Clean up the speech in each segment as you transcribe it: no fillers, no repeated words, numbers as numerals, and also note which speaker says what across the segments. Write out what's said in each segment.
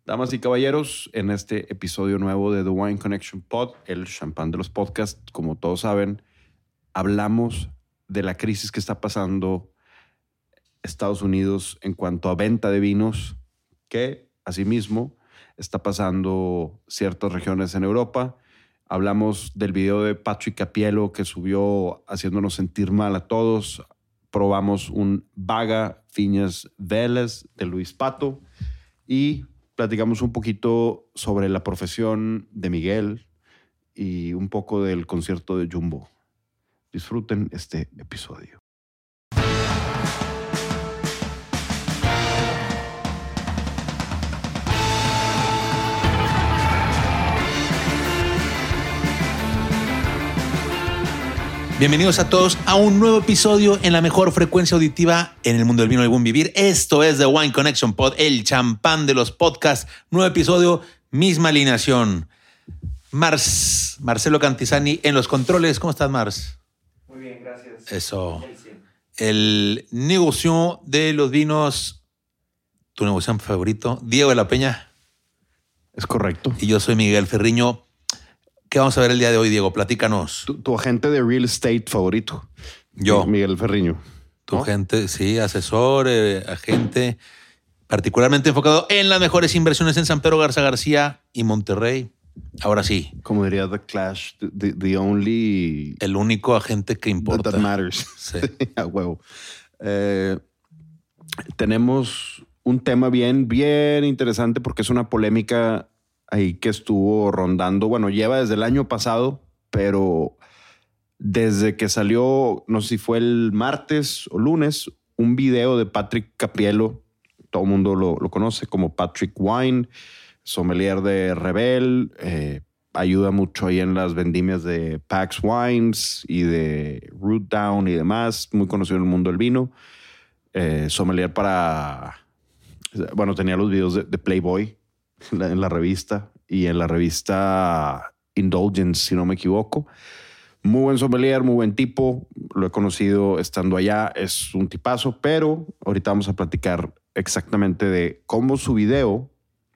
Speaker 1: Damas y caballeros, en este episodio nuevo de The Wine Connection Pod, el champán de los podcasts, como todos saben, hablamos de la crisis que está pasando Estados Unidos en cuanto a venta de vinos, que asimismo está pasando ciertas regiones en Europa. Hablamos del video de Patrick Cappiello que subió haciéndonos sentir mal a todos. Probamos un Vaga Viñas Vélez de Luis Pato y platicamos un poquito sobre la profesión de Miguel y un poco del concierto de Jumbo. Disfruten este episodio.
Speaker 2: Bienvenidos a todos a un nuevo episodio en la mejor frecuencia auditiva en el mundo del vino y el buen vivir. Esto es The Wine Connection Pod, el champán de los podcasts. Nuevo episodio, misma alineación. Marcelo Cantizani en los controles. ¿Cómo estás, Mars?
Speaker 3: Muy bien, gracias.
Speaker 2: Eso. El negocio de los vinos, tu negocio favorito, Diego de la Peña.
Speaker 1: Es correcto.
Speaker 2: Y yo soy Miguel Ferriño. ¿Qué vamos a ver el día de hoy, Diego? Platícanos.
Speaker 1: Tu agente de real estate favorito.
Speaker 2: Yo.
Speaker 1: Miguel Ferriño.
Speaker 2: Tu
Speaker 1: ¿no?
Speaker 2: agente, sí, asesor, agente, particularmente enfocado en las mejores inversiones en San Pedro Garza García y Monterrey. Ahora sí.
Speaker 1: Como diría The Clash, the only...
Speaker 2: El único agente que importa.
Speaker 1: That matters.
Speaker 2: Sí.
Speaker 1: A huevo. Tenemos un tema bien interesante porque es una polémica ahí que estuvo rondando. Bueno, lleva desde el año pasado, pero desde que salió, no sé si fue el martes o lunes, un video de Patrick Cappiello. Todo el mundo lo conoce como Patrick Wine, sommelier de Rebel. Ayuda mucho ahí en las vendimias de Pax Wines y de Root Down y demás. Muy conocido en el mundo del vino. Sommelier para... Bueno, tenía los videos de Playboy en la revista y en la revista Indulgence, si no me equivoco. Muy buen sommelier, muy buen tipo. Lo he conocido estando allá. Es un tipazo, pero ahorita vamos a platicar exactamente de cómo su video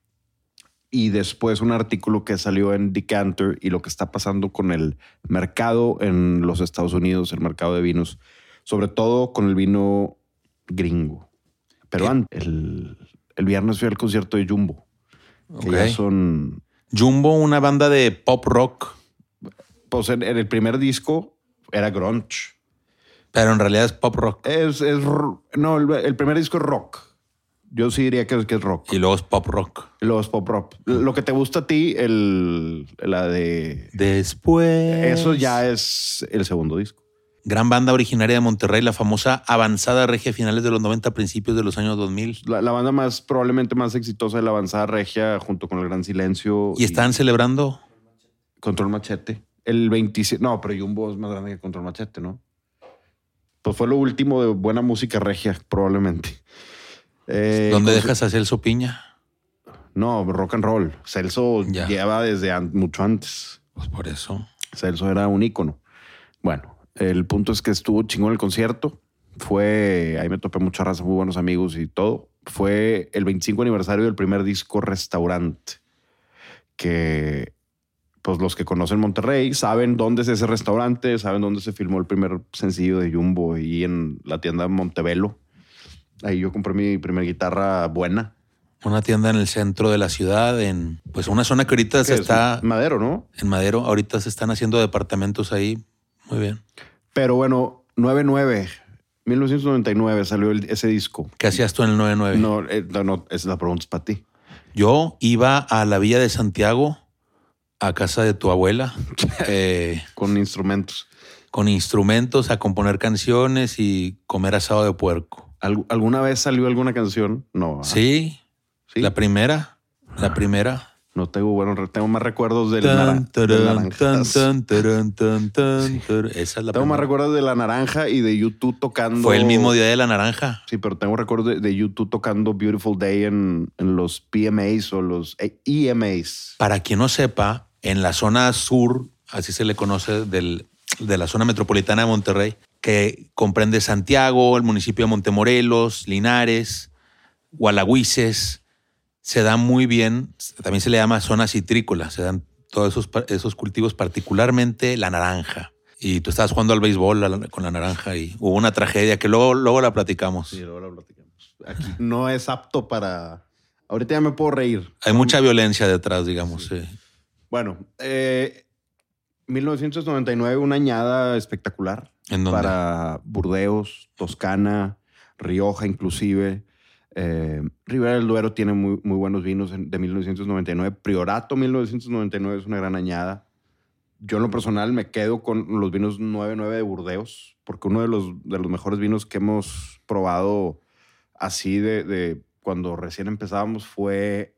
Speaker 1: y después un artículo que salió en Decanter y lo que está pasando con el mercado en los Estados Unidos, el mercado de vinos, sobre todo con el vino gringo. Pero antes, el viernes fui al concierto de Jumbo. Que ya son...
Speaker 2: Jumbo, una banda de pop rock.
Speaker 1: Pues en el primer disco era grunge.
Speaker 2: Pero en realidad es pop rock.
Speaker 1: No, el primer disco es rock. Yo sí diría que es rock.
Speaker 2: Y luego es pop rock.
Speaker 1: Y luego es pop rock. Lo que te gusta a ti, la de...
Speaker 2: Después.
Speaker 1: Eso ya es el segundo disco.
Speaker 2: Gran banda originaria de Monterrey, la famosa Avanzada Regia, finales de los 90, principios de los años 2000.
Speaker 1: La banda probablemente más exitosa de la Avanzada Regia, junto con El Gran Silencio.
Speaker 2: ¿Y están celebrando?
Speaker 1: Control Machete. El 27... No, pero Jumbo es más grande que Control Machete, ¿no? Pues fue lo último de buena música regia, probablemente.
Speaker 2: ¿Dónde dejas a Celso Piña?
Speaker 1: No, rock and roll. Celso
Speaker 2: Ya.
Speaker 1: lleva desde mucho antes.
Speaker 2: Pues por eso.
Speaker 1: Celso era un ícono. Bueno, el punto es que estuvo chingón el concierto. Ahí me topé mucha raza, muy buenos amigos y todo. Fue el 25 aniversario del primer disco Restaurante. Que, pues los que conocen Monterrey saben dónde es ese restaurante, saben dónde se filmó el primer sencillo de Jumbo y en la tienda Montebello. Ahí yo compré mi primera guitarra buena.
Speaker 2: Una tienda en el centro de la ciudad, en pues una zona que ahorita se está...
Speaker 1: Madero, ¿no?
Speaker 2: En Madero. Ahorita se están haciendo departamentos ahí. Muy bien.
Speaker 1: Pero bueno, 1999 salió ese disco.
Speaker 2: ¿Qué hacías tú en el 99?
Speaker 1: No, esa es la pregunta, es para ti.
Speaker 2: Yo iba a la Villa de Santiago, a casa de tu abuela,
Speaker 1: Con instrumentos.
Speaker 2: con instrumentos, a componer canciones y comer asado de puerco.
Speaker 1: ¿Alguna vez salió alguna canción? No.
Speaker 2: Sí,
Speaker 1: ¿Sí?
Speaker 2: La primera.
Speaker 1: No tengo, tengo más recuerdos del naranja.
Speaker 2: Esa es la
Speaker 1: Tengo más
Speaker 2: primera.
Speaker 1: recuerdos de La Naranja y de YouTube tocando.
Speaker 2: Fue el mismo día de la naranja.
Speaker 1: Sí, pero tengo recuerdos de YouTube tocando Beautiful Day en los PMAs o los EMAs.
Speaker 2: Para quien no sepa, en la zona sur, así se le conoce de la zona metropolitana de Monterrey, que comprende Santiago, el municipio de Montemorelos, Linares, Gualagüises, se da muy bien, también se le llama zona citrícola, se dan todos esos cultivos, particularmente la naranja. Y tú estabas jugando al béisbol con la naranja y hubo una tragedia que luego la platicamos.
Speaker 1: Sí, luego la platicamos. Aquí no es apto para... Ahorita ya me puedo reír.
Speaker 2: Hay mucha violencia detrás, digamos.
Speaker 1: Sí. Bueno, 1999, una añada espectacular.
Speaker 2: ¿En dónde?
Speaker 1: Para Burdeos, Toscana, Rioja inclusive. Ribera del Duero tiene muy, muy buenos vinos de 1999. Priorato 1999 es una gran añada. Yo en lo personal me quedo con los vinos 99 de Burdeos, porque uno de los mejores vinos que hemos probado así de cuando recién empezábamos fue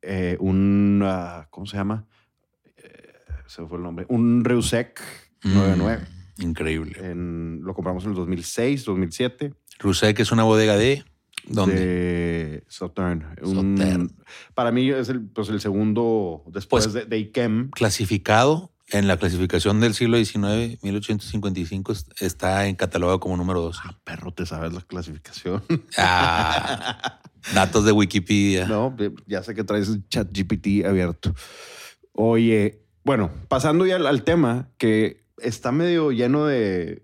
Speaker 1: ¿cómo se llama? Se me fue el nombre. Un Riusec 99.
Speaker 2: Increíble.
Speaker 1: Lo compramos en el 2006, 2007.
Speaker 2: Riusec es una bodega de... ¿Dónde?
Speaker 1: De Sauternes. Para mí es el segundo después
Speaker 2: Pues,
Speaker 1: de Yquem.
Speaker 2: Clasificado en la clasificación del siglo XIX, 1855, está catalogado como número 12.
Speaker 1: Perro, te sabes la clasificación.
Speaker 2: Datos de Wikipedia.
Speaker 1: No, ya sé que traes el ChatGPT abierto. Oye, bueno, pasando ya al tema que está medio lleno de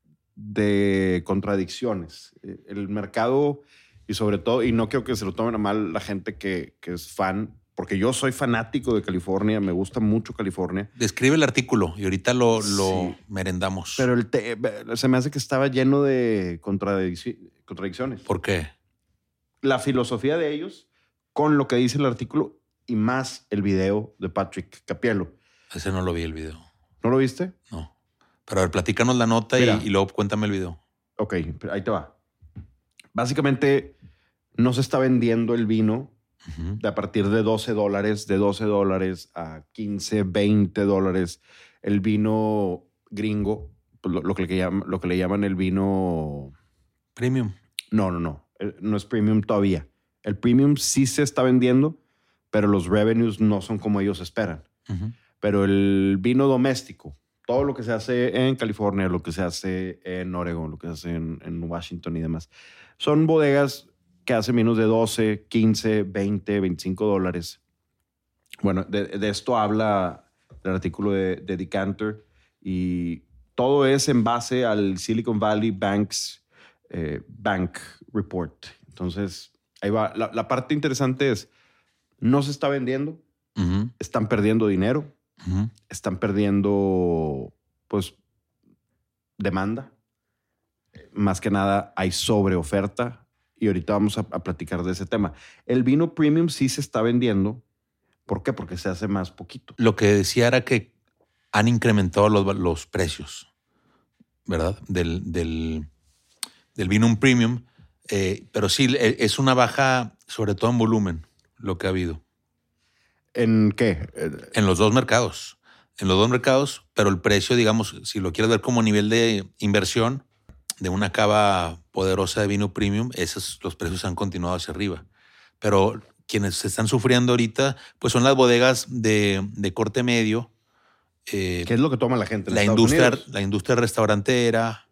Speaker 1: contradicciones. El mercado y sobre todo, y no quiero que se lo tomen a mal la gente que es fan, porque yo soy fanático de California, me gusta mucho California.
Speaker 2: Describe el artículo y ahorita lo merendamos.
Speaker 1: Pero se me hace que estaba lleno de contradicciones.
Speaker 2: ¿Por qué?
Speaker 1: La filosofía de ellos con lo que dice el artículo y más el video de Patrick Cappiello.
Speaker 2: Ese no lo vi el video.
Speaker 1: ¿No lo viste?
Speaker 2: No. Pero a ver, platícanos la nota y luego cuéntame el video.
Speaker 1: Ok, ahí te va. Básicamente no se está vendiendo el vino de a partir de $12, de $12 a $15, $20. El vino gringo, pues lo que le llaman el vino...
Speaker 2: Premium.
Speaker 1: No. No es premium todavía. El premium sí se está vendiendo, pero los revenues no son como ellos esperan. Pero el vino doméstico, todo lo que se hace en California, lo que se hace en Oregon, lo que se hace en Washington y demás, son bodegas que hacen vinos de 12, 15, 20, $25. Bueno, de esto habla el artículo de Decanter y todo es en base al Silicon Valley Bank Report. Entonces, ahí va. La parte interesante es, no se está vendiendo, están perdiendo dinero, están perdiendo, pues, demanda. Más que nada hay sobreoferta y ahorita vamos a platicar de ese tema. El vino premium sí se está vendiendo. ¿Por qué? Porque se hace más poquito.
Speaker 2: Lo que decía era que han incrementado los precios, ¿verdad? Del vino premium. Pero sí, es una baja, sobre todo en volumen, lo que ha habido.
Speaker 1: ¿En qué?
Speaker 2: En los dos mercados. En los dos mercados, pero el precio, digamos, si lo quieres ver como nivel de inversión de una cava poderosa de vino premium, los precios han continuado hacia arriba. Pero quienes se están sufriendo ahorita, pues son las bodegas de corte medio.
Speaker 1: ¿Qué es lo que toma la gente en
Speaker 2: la
Speaker 1: Estados Unidos?
Speaker 2: La industria restaurantera,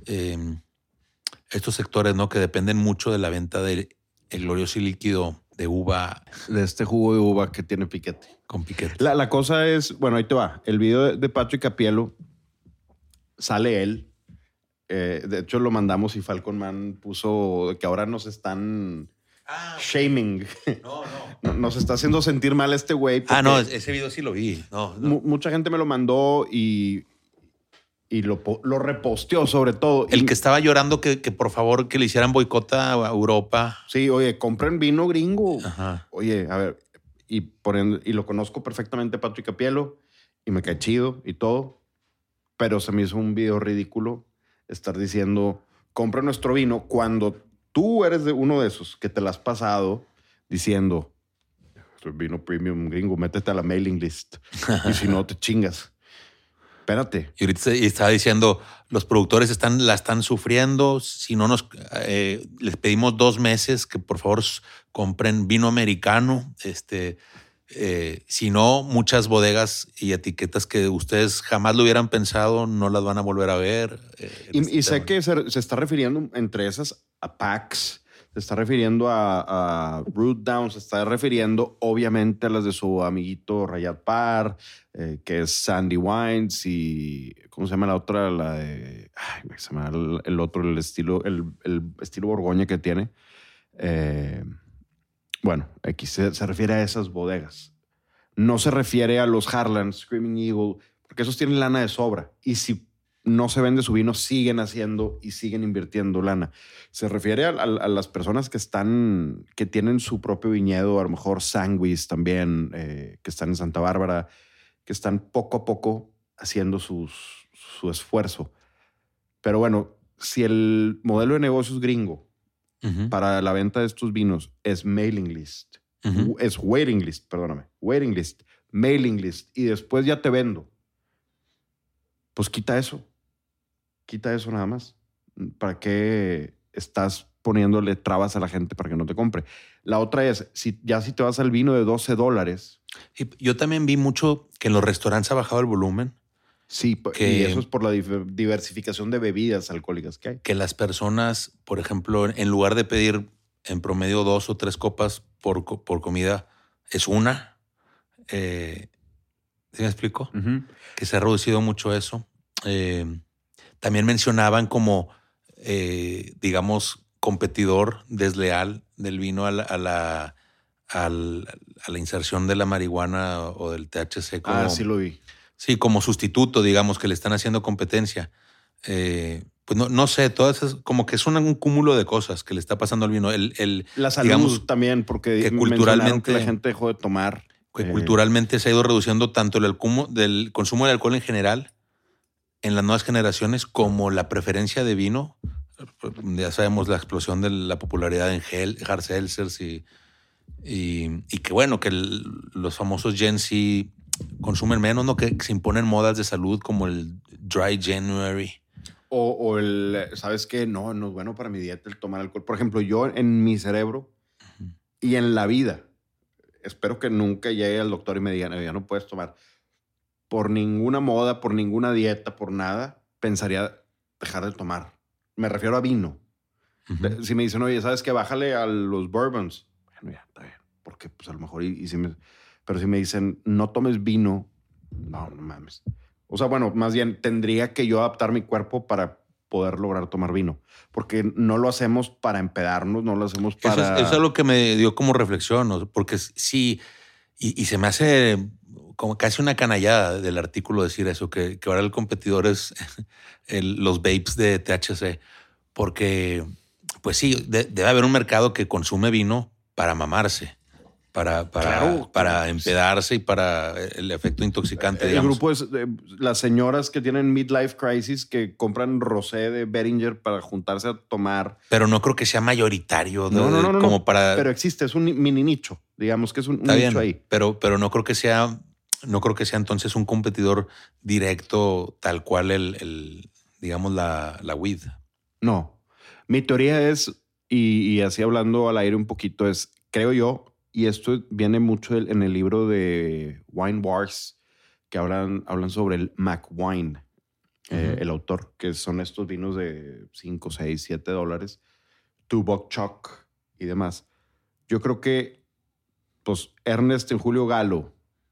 Speaker 2: estos sectores, ¿no? Que dependen mucho de la venta del glorioso líquido de uva.
Speaker 1: De este jugo de uva que tiene piquete.
Speaker 2: Con piquete.
Speaker 1: La cosa es, bueno, ahí te va. El video de Patrick Cappiello, sale él. De hecho, lo mandamos y Falcon Man puso que ahora nos están shaming. No. Nos está haciendo sentir mal este güey.
Speaker 2: No, ese video sí lo vi. No.
Speaker 1: Mucha gente me lo mandó y lo reposteó sobre todo.
Speaker 2: El que estaba llorando que por favor que le hicieran boicota a Europa.
Speaker 1: Sí, oye, compren vino gringo.
Speaker 2: Ajá.
Speaker 1: Oye, a ver, y lo conozco perfectamente Patrick Cappiello y me cae chido y todo, pero se me hizo un video ridículo estar diciendo, compra nuestro vino cuando tú eres uno de esos que te la has pasado diciendo, vino premium gringo, métete a la mailing list y si no te chingas. Espérate.
Speaker 2: Y ahorita estaba diciendo, los productores la están sufriendo. Si no les pedimos 2 meses que por favor compren vino americano. Si no, muchas bodegas y etiquetas que ustedes jamás lo hubieran pensado no las van a volver a ver.
Speaker 1: Y sé que se está refiriendo entre esas a packs, se Se está refiriendo a Root Down, se está refiriendo obviamente a las de su amiguito Rayad Parr, que es Sandy Wines y ¿cómo se llama la otra? La de... Ay, se llama el otro, el estilo Borgoña que tiene. Bueno, aquí se refiere a esas bodegas. No se refiere a los Harlan, Screaming Eagle, porque esos tienen lana de sobra. Y si no se vende su vino, siguen haciendo y siguen invirtiendo lana. Se refiere a las personas que tienen su propio viñedo, a lo mejor Sanguis también, que están en Santa Bárbara, que están poco a poco haciendo su esfuerzo. Pero bueno, si el modelo de negocios gringo para la venta de estos vinos es mailing list, es waiting list, waiting list, mailing list, y después ya te vendo, pues quita eso nada más. ¿Para qué estás poniéndole trabas a la gente para que no te compre? La otra es, si te vas al vino de $12.
Speaker 2: Y yo también vi mucho que en los restaurantes ha bajado el volumen.
Speaker 1: Sí, y eso es por la diversificación de bebidas alcohólicas que hay.
Speaker 2: Que las personas, por ejemplo, en lugar de pedir en promedio 2 o 3 copas por comida, es una. ¿Sí me explico? Que se ha reducido mucho eso. También mencionaban como, digamos, competidor desleal del vino a la inserción de la marihuana o del THC. Como,
Speaker 1: sí lo vi.
Speaker 2: Sí, como sustituto, digamos, que le están haciendo competencia. Pues no sé, todas esas, como que es un cúmulo de cosas que le está pasando al vino.
Speaker 1: La salud, digamos, también, porque
Speaker 2: que culturalmente
Speaker 1: la gente dejó de tomar.
Speaker 2: Que culturalmente se ha ido reduciendo tanto del consumo de alcohol en general en las nuevas generaciones como la preferencia de vino. Ya sabemos la explosión de la popularidad en hard seltzers y que bueno, que los famosos Gen Z consumen menos, ¿no? Que se imponen modas de salud como el Dry January.
Speaker 1: O el, ¿sabes qué? No es bueno para mi dieta el tomar alcohol. Por ejemplo, yo en mi cerebro y en la vida, espero que nunca llegue al doctor y me diga, ya no puedes tomar. Por ninguna moda, por ninguna dieta, por nada, pensaría dejar de tomar. Me refiero a vino. Si me dicen, oye, ¿sabes qué? Bájale a los bourbons. Bueno, ya, está bien. Porque pues a lo mejor pero si me dicen, no tomes vino, no mames. O sea, bueno, más bien tendría que yo adaptar mi cuerpo para poder lograr tomar vino. Porque no lo hacemos para empedarnos, no lo hacemos para...
Speaker 2: Eso es algo que me dio como reflexión, ¿no? Porque sí, y se me hace como casi una canallada del artículo decir eso, que ahora el competidor es los vapes de THC. Porque, pues sí, debe haber un mercado que consume vino para mamarse. Para empedarse y para el efecto intoxicante, digamos.
Speaker 1: El grupo es las señoras que tienen midlife crisis que compran rosé de Beringer para juntarse a tomar.
Speaker 2: Pero no creo que sea mayoritario.
Speaker 1: No.
Speaker 2: Como para...
Speaker 1: Pero existe, es un mini nicho. Digamos que es un nicho ahí.
Speaker 2: Pero no creo que sea entonces un competidor directo tal cual digamos, la weed.
Speaker 1: No. Mi teoría es, y así hablando al aire un poquito, es, creo yo, y esto viene mucho en el libro de Wine Wars, que hablan sobre el McWine, el autor, que son estos vinos de $5, $6, $7, Tuborg Choc y demás. Yo creo que pues Ernest en Julio Galo,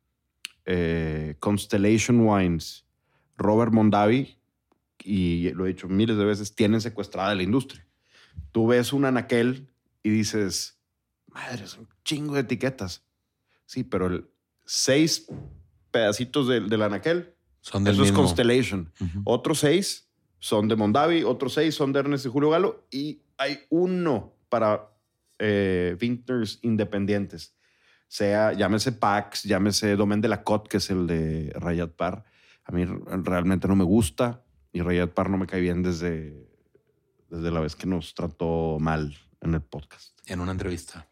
Speaker 1: Constellation Wines, Robert Mondavi, y lo he dicho miles de veces, tienen secuestrada la industria. Tú ves un anaquel y dices... Madre, es un chingo de etiquetas. Sí, pero 6 pedacitos del anaquel
Speaker 2: son del mismo.
Speaker 1: Es Constellation. Otros 6 son de Mondavi, otros 6 son de Ernest y Julio Galo y hay uno para vintners independientes. Llámese Pax, llámese Domaine de la Côte, que es el de Rayad Parr. A mí realmente no me gusta y Rayad Parr no me cae bien desde la vez que nos trató mal en el podcast.
Speaker 2: En una entrevista.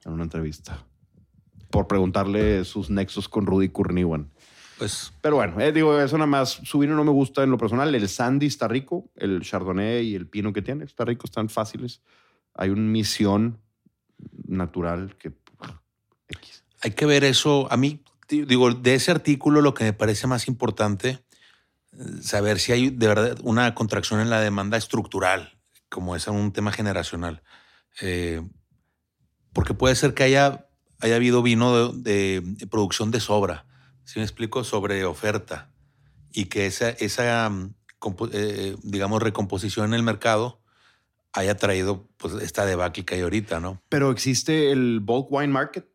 Speaker 1: Por preguntarle sus nexos con Rudy Kurniawan.
Speaker 2: Pues...
Speaker 1: Pero bueno, digo, eso nada más. Su vino no me gusta en lo personal. El Sandy está rico. El Chardonnay y el Pinot que tiene está rico. Están fáciles. Hay una misión natural que... X.
Speaker 2: Hay que ver eso. A mí, digo, de ese artículo lo que me parece más importante, saber si hay de verdad una contracción en la demanda estructural, como es un tema generacional. Porque puede ser que haya habido vino de producción de sobra, ¿sí me explico? Sobre oferta. Y que esa digamos, recomposición en el mercado haya traído pues esta debacle que hay ahorita, ¿no?
Speaker 1: Pero existe el bulk wine market.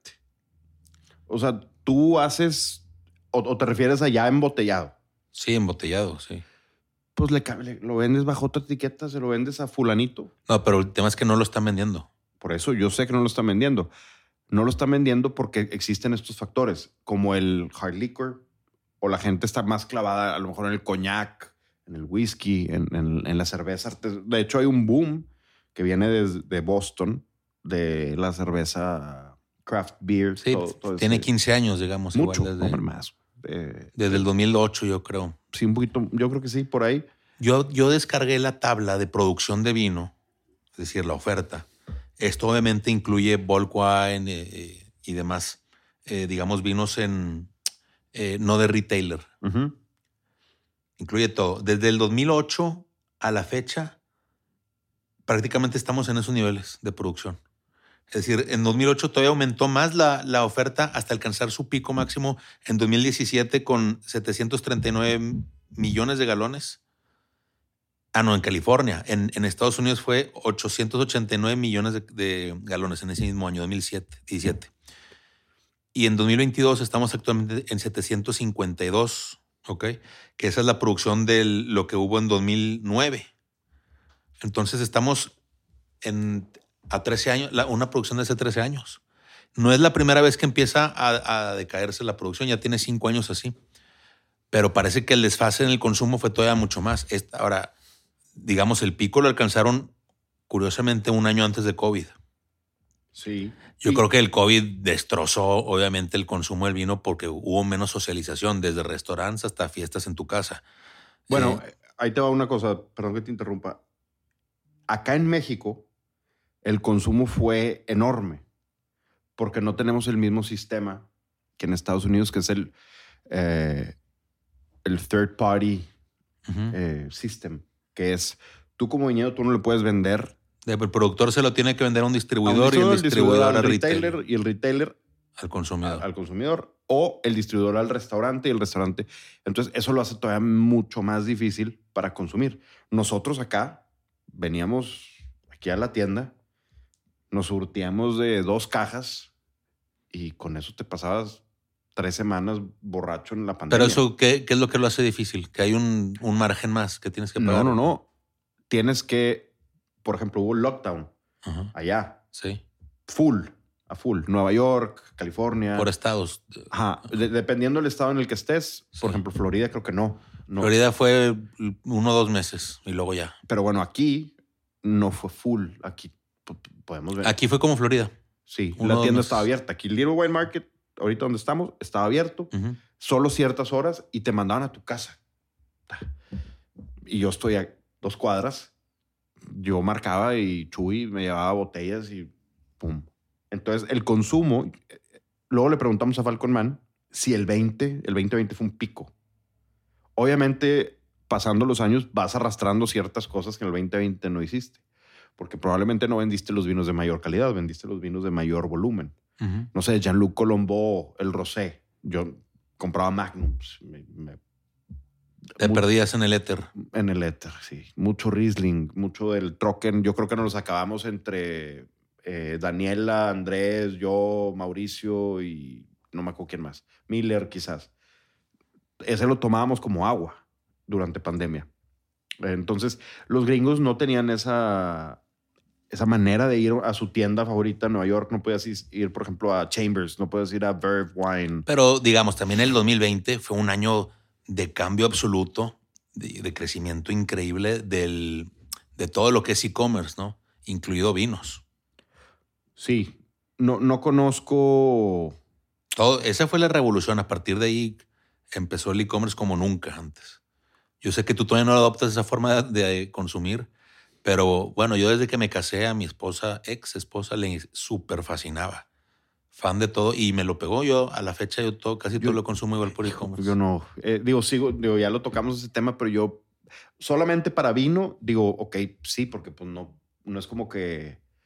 Speaker 1: O sea, tú haces o te refieres a ya embotellado.
Speaker 2: Sí, embotellado, sí.
Speaker 1: Pues lo vendes bajo otra etiqueta, se lo vendes a fulanito.
Speaker 2: No, pero el tema es que no lo están vendiendo.
Speaker 1: Por eso yo sé que no lo están vendiendo. No lo están vendiendo porque existen estos factores, como el hard liquor, o la gente está más clavada a lo mejor en el coñac, en el whisky, en la cerveza. De hecho, hay un boom que viene de Boston, de la cerveza craft beer.
Speaker 2: Sí, tiene 15 años, digamos.
Speaker 1: Mucho,
Speaker 2: igual desde,
Speaker 1: más.
Speaker 2: Desde el 2008, yo creo.
Speaker 1: Sí, un poquito, yo creo que sí, por ahí.
Speaker 2: Yo descargué la tabla de producción de vino, es decir, la oferta. Esto obviamente incluye bulk wine y demás, digamos, vinos no de retailer.
Speaker 1: Uh-huh.
Speaker 2: Incluye todo. Desde el 2008 a la fecha, prácticamente estamos en esos niveles de producción. Es decir, en 2008 todavía aumentó más la oferta hasta alcanzar su pico máximo en 2017 con 739 millones de galones. No, en California. En Estados Unidos fue 889 millones de galones en ese mismo año, 2017. Y en 2022 estamos actualmente en 752, ¿ok? Que esa es la producción de lo que hubo en 2009. Entonces estamos a 13 años, una producción de hace 13 años. No es la primera vez que empieza a decaerse la producción, ya tiene 5 años así. Pero parece que el desfase en el consumo fue todavía mucho más. Ahora, digamos, el pico lo alcanzaron curiosamente un año antes de COVID.
Speaker 1: Sí.
Speaker 2: Yo creo que el COVID destrozó obviamente el consumo del vino porque hubo menos socialización, desde restaurantes hasta fiestas en tu casa.
Speaker 1: Bueno, ahí te va una cosa, perdón que te interrumpa. Acá en México, el consumo fue enorme porque no tenemos el mismo sistema que en Estados Unidos, que es el third party system, que es tú como viñedo, tú no le puedes vender.
Speaker 2: El productor se lo tiene que vender a un distribuidor y el distribuidor al
Speaker 1: retailer y el retailer
Speaker 2: al consumidor.
Speaker 1: Al consumidor, o el distribuidor al restaurante y el restaurante. Entonces, eso lo hace todavía mucho más difícil para consumir. Nosotros acá veníamos aquí a la tienda, nos surtíamos de 2 cajas y con eso te pasabas 3 semanas borracho en la pandemia.
Speaker 2: Pero eso, ¿qué es lo que lo hace difícil? Que hay un margen más que tienes que pagar.
Speaker 1: No. Tienes que, por ejemplo, hubo lockdown allá.
Speaker 2: Sí.
Speaker 1: A full. Nueva York, California.
Speaker 2: Por estados.
Speaker 1: Ajá. Dependiendo del estado en el que estés. Sí. Por ejemplo, Florida creo que no.
Speaker 2: Florida fue 1 o 2 meses y luego ya.
Speaker 1: Pero bueno, aquí no fue full. Aquí podemos ver.
Speaker 2: Aquí fue como Florida.
Speaker 1: Sí, la tienda estaba abierta. Aquí el Little Wine Market, ahorita donde estamos, estaba abierto. Solo ciertas horas y te mandaban a tu casa. Y yo estoy a 2 cuadras. Yo marcaba y Chuy me llevaba botellas y pum. Entonces, el consumo, luego le preguntamos a Falcon Man si el 2020 fue un pico. Obviamente, pasando los años, vas arrastrando ciertas cosas que en el 2020 no hiciste. Porque probablemente no vendiste los vinos de mayor calidad, vendiste los vinos de mayor volumen. No sé, Jean-Luc Colombo, el Rosé. Yo compraba Magnums.
Speaker 2: Te perdías en el éter.
Speaker 1: En el éter, sí. Mucho Riesling, mucho del Trocken. Yo creo que nos los acabamos entre Daniela, Andrés, yo, Mauricio y no me acuerdo quién más. Miller, quizás. Ese lo tomábamos como agua durante pandemia. Entonces, los gringos no tenían esa manera de ir a su tienda favorita en Nueva York. No podías ir, por ejemplo, a Chambers. No podías ir a Verve Wine.
Speaker 2: Pero, digamos, también el 2020 fue un año de cambio absoluto, de crecimiento increíble de todo lo que es e-commerce, ¿no? Incluido vinos.
Speaker 1: Sí. No conozco...
Speaker 2: Esa fue la revolución. A partir de ahí empezó el e-commerce como nunca antes. Yo sé que tú todavía no adoptas esa forma de consumir, pero bueno, yo desde que me casé a mi ex esposa, le súper fascinaba. Fan de todo y me lo pegó. Yo a la fecha casi todo lo consumo igual por e-commerce.
Speaker 1: Yo no. Ya lo tocamos ese tema, pero yo solamente para vino digo, ok, sí, porque pues no es como que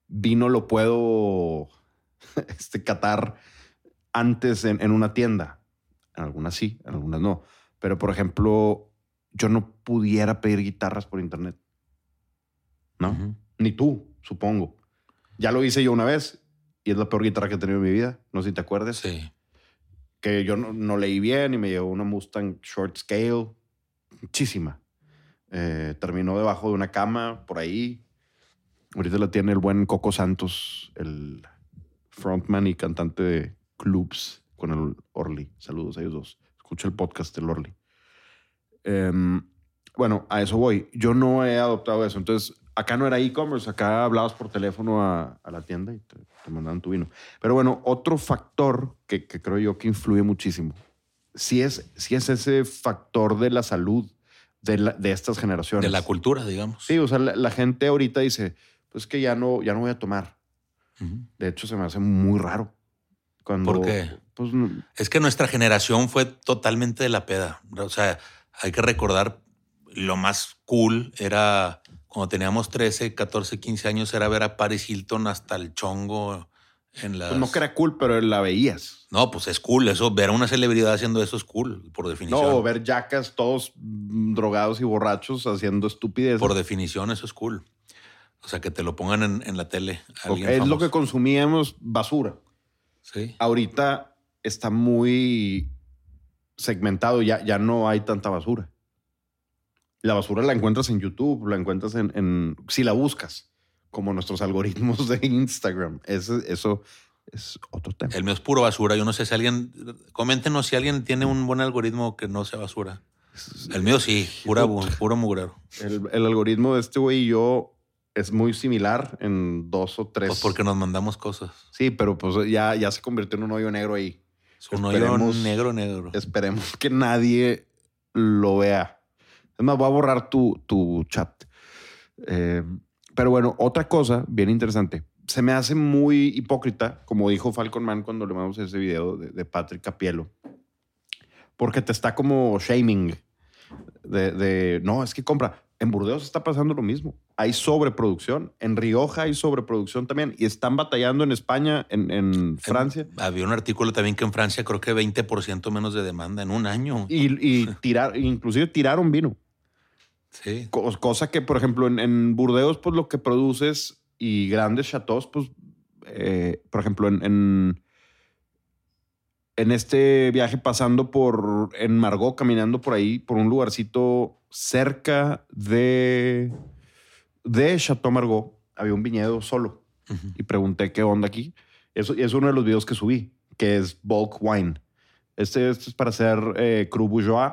Speaker 1: vino lo puedo catar antes en una tienda. En algunas sí, en algunas no. Pero, por ejemplo, yo no pudiera pedir guitarras por internet. ¿No?
Speaker 2: Ujú.
Speaker 1: Ni tú, supongo. Ya lo hice yo una vez y es la peor guitarra que he tenido en mi vida. No sé si te acuerdas.
Speaker 2: Sí.
Speaker 1: Que yo no leí bien y me llegó una Mustang Short Scale. Muchísima. Terminó debajo de una cama por ahí. Ahorita la tiene el buen Coco Santos, el frontman y cantante de clubs con el Orly. Saludos a ellos dos. Escucha el podcast del Orly. Bueno, a eso voy. Yo no he adoptado eso. Entonces, acá no era e-commerce. Acá hablabas por teléfono a la tienda y te mandaban tu vino. Pero bueno, otro factor que creo yo que influye muchísimo, sí es ese factor de la salud de estas generaciones.
Speaker 2: De la cultura, digamos.
Speaker 1: Sí, o sea, la gente ahorita dice, pues que ya no voy a tomar.
Speaker 2: Ujú.
Speaker 1: De hecho, se me hace muy raro.
Speaker 2: ¿Por qué?
Speaker 1: Pues,
Speaker 2: Es que nuestra generación fue totalmente de la peda. O sea, hay que recordar lo más cool era cuando teníamos 13, 14, 15 años, era ver a Paris Hilton hasta el chongo en las...
Speaker 1: pues no que era cool, pero la veías.
Speaker 2: No, pues es cool. Eso, ver a una celebridad haciendo eso es cool, por definición.
Speaker 1: No, ver yacas todos drogados y borrachos haciendo estupideces.
Speaker 2: Por definición, eso es cool. O sea, que te lo pongan en la tele.
Speaker 1: Es lo que consumíamos, basura.
Speaker 2: Sí.
Speaker 1: Ahorita está muy segmentado, ya no hay tanta basura. La basura la encuentras en YouTube, la encuentras si la buscas, como nuestros algoritmos de Instagram. Eso es otro tema.
Speaker 2: El mío es puro basura. Yo no sé si alguien... Coméntenos si alguien tiene un buen algoritmo que no sea basura. El mío sí, puro mugrero.
Speaker 1: El algoritmo de este güey y yo es muy similar en 2 o 3.
Speaker 2: Pues porque nos mandamos cosas.
Speaker 1: Sí, pero pues ya se convirtió en un hoyo negro ahí.
Speaker 2: Es un hoyo negro.
Speaker 1: Esperemos que nadie lo vea. Es más, voy a borrar tu chat. Pero bueno, otra cosa bien interesante. Se me hace muy hipócrita, como dijo Falcon Man cuando le mandamos ese video de Patrick Capielo, porque te está como shaming no, es que compra. En Burdeos está pasando lo mismo. Hay sobreproducción. En Rioja hay sobreproducción también. Y están batallando en España, en Francia.
Speaker 2: Había un artículo también que en Francia creo que 20% menos de demanda en un año.
Speaker 1: Inclusive tiraron vino.
Speaker 2: Sí.
Speaker 1: Cosa que, por ejemplo, en Burdeos, pues lo que produces y grandes chateaux, pues, por ejemplo, en este viaje pasando en Margaux, caminando por ahí, por un lugarcito cerca de Chateau Margaux, había un viñedo solo. Uh-huh. Y pregunté qué onda aquí. Eso es uno de los videos que subí, que es bulk wine. Este es para hacer Cru Bourgeois,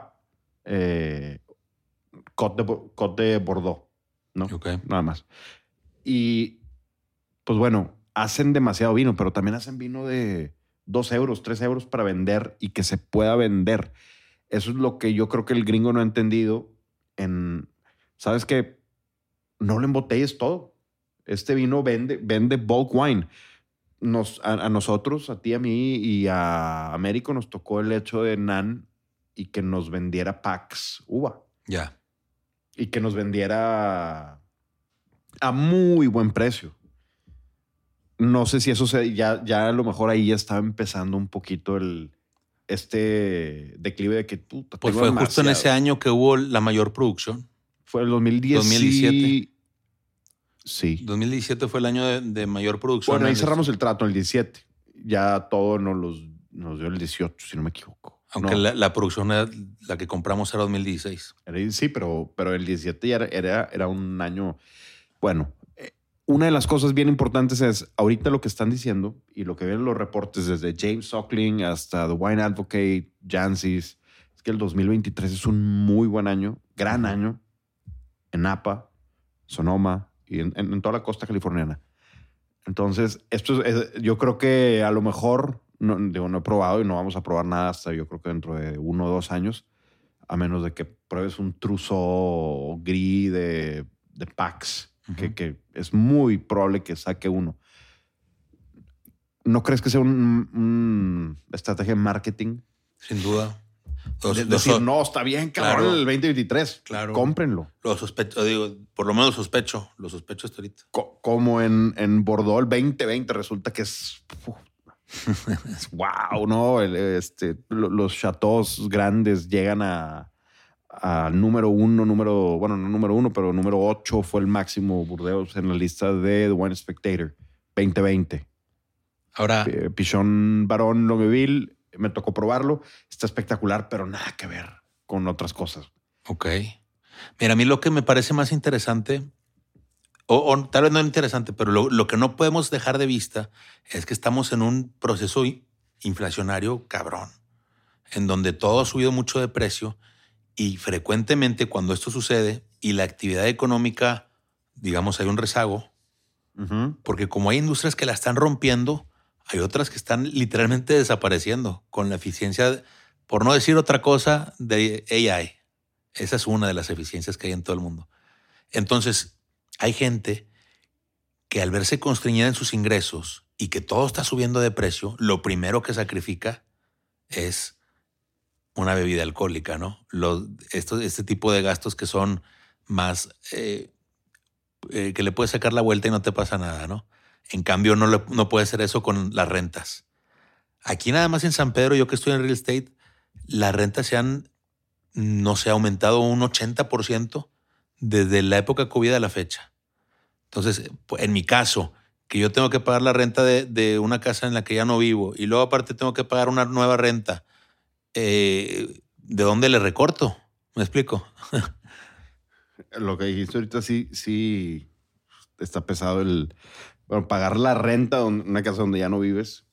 Speaker 1: Côte de Bordeaux, ¿no?
Speaker 2: Okay.
Speaker 1: Nada más. Y pues bueno, hacen demasiado vino, pero también hacen vino de 2 euros, 3 euros para vender y que se pueda vender. Eso es lo que yo creo que el gringo no ha entendido. ¿Sabes qué? No lo embotelles todo. Este vino vende bulk wine. A nosotros, a ti, a mí y a Américo nos tocó el hecho de Nan y que nos vendiera packs uva.
Speaker 2: Ya. Yeah.
Speaker 1: Y que nos vendiera a muy buen precio. No sé si eso ya a lo mejor ahí ya estaba empezando un poquito declive de que puta.
Speaker 2: Pues fue justo en ese año que hubo la mayor producción.
Speaker 1: Fue el 2017. Sí.
Speaker 2: 2017 fue el año de mayor producción.
Speaker 1: Bueno, ahí cerramos el trato en el 17. Ya todo nos dio el 18, si no me equivoco.
Speaker 2: Aunque no. La producción la que compramos era 2016.
Speaker 1: Sí, pero el 17 ya era un año... Bueno, una de las cosas bien importantes es ahorita lo que están diciendo y lo que ven los reportes desde James Suckling hasta The Wine Advocate, Jancis, es que el 2023 es un muy buen año, gran año en Napa, Sonoma y en toda la costa californiana. Entonces, yo creo que a lo mejor, no he probado y no vamos a probar nada hasta yo creo que dentro de 1 o 2 años, a menos de que pruebes un Trousseau gris de packs. Uh-huh. Que es muy probable que saque uno. ¿No crees que sea una estrategia de marketing?
Speaker 2: Sin duda.
Speaker 1: decir, no, está bien, cabrón,
Speaker 2: claro,
Speaker 1: el 2023.
Speaker 2: Claro.
Speaker 1: Cómprenlo.
Speaker 2: Lo sospecho, por lo menos lo sospecho hasta ahorita.
Speaker 1: Como en Bordeaux el 2020 resulta que es... wow, ¿no? Los chateaux grandes llegan a número 1, bueno, no número 1, pero número 8 fue el máximo Burdeos en la lista de The Wine Spectator 2020.
Speaker 2: Ahora,
Speaker 1: Pichón Barón Longueville, me tocó probarlo. Está espectacular, pero nada que ver con otras cosas.
Speaker 2: Ok. Mira, a mí lo que me parece más interesante, o tal vez no interesante, pero lo que no podemos dejar de vista es que estamos en un proceso inflacionario cabrón, en donde todo ha subido mucho de precio y frecuentemente cuando esto sucede y la actividad económica, digamos, hay un rezago, porque como hay industrias que la están rompiendo, hay otras que están literalmente desapareciendo con la eficiencia, por no decir otra cosa, de AI. Esa es una de las eficiencias que hay en todo el mundo. Entonces, hay gente que al verse constreñida en sus ingresos y que todo está subiendo de precio, lo primero que sacrifica es una bebida alcohólica, ¿no? Este tipo de gastos que son más, que le puedes sacar la vuelta y no te pasa nada, ¿no? En cambio, no puede ser eso con las rentas. Aquí nada más en San Pedro, yo que estoy en real estate, las rentas se han, no sé, aumentado un 80% desde la época COVID a la fecha. Entonces, en mi caso, que yo tengo que pagar la renta de una casa en la que ya no vivo y luego aparte tengo que pagar una nueva renta, ¿de dónde le recorto? ¿Me explico?
Speaker 1: Lo que dijiste ahorita sí está pesado bueno, pagar la renta de una casa donde ya no vives.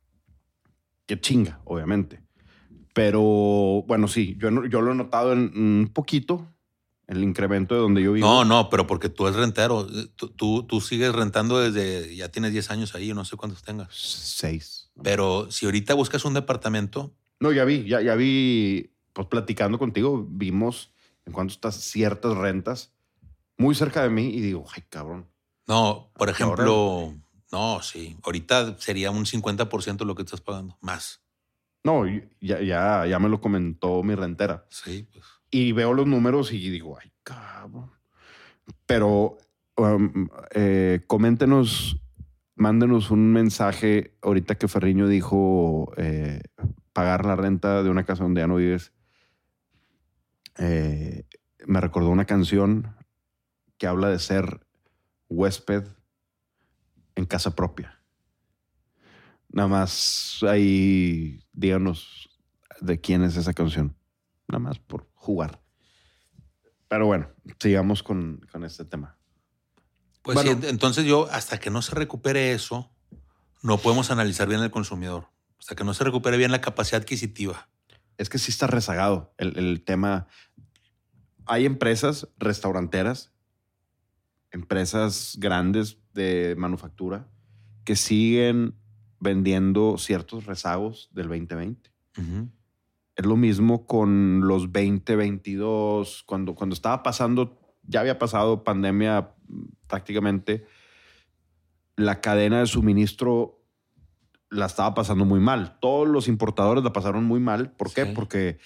Speaker 1: Qué chinga, obviamente. Pero bueno, sí, yo lo he notado en un poquito, el incremento de donde yo vivo.
Speaker 2: No, pero porque tú eres rentero. Tú sigues rentando desde, ya tienes 10 años ahí, no sé cuántos tengas.
Speaker 1: 6.
Speaker 2: Pero si ahorita buscas un departamento.
Speaker 1: No, ya vi, pues platicando contigo, vimos en cuanto están ciertas rentas muy cerca de mí y digo, ay, cabrón.
Speaker 2: No, por ejemplo, no, sí. Ahorita sería un 50% lo que estás pagando, más.
Speaker 1: No, ya me lo comentó mi rentera.
Speaker 2: Sí, pues.
Speaker 1: Y veo los números y digo, ay, cabrón. Pero coméntenos, mándenos un mensaje ahorita que Ferriño dijo pagar la renta de una casa donde ya no vives. Me recordó una canción que habla de ser huésped en casa propia. Nada más ahí díganos de quién es esa canción. Nada más por jugar. Pero bueno, sigamos con este tema.
Speaker 2: Pues
Speaker 1: bueno,
Speaker 2: sí, entonces yo, hasta que no se recupere eso, no podemos analizar bien al consumidor. Hasta que no se recupere bien la capacidad adquisitiva.
Speaker 1: Es que sí está rezagado el tema. Hay empresas restauranteras, empresas grandes de manufactura que siguen vendiendo ciertos rezagos del 2020.
Speaker 2: Uh-huh.
Speaker 1: Es lo mismo con los 2022, cuando estaba pasando, ya había pasado pandemia prácticamente, la cadena de suministro la estaba pasando muy mal. Todos los importadores la pasaron muy mal. ¿Por qué?
Speaker 2: Sí.
Speaker 1: Porque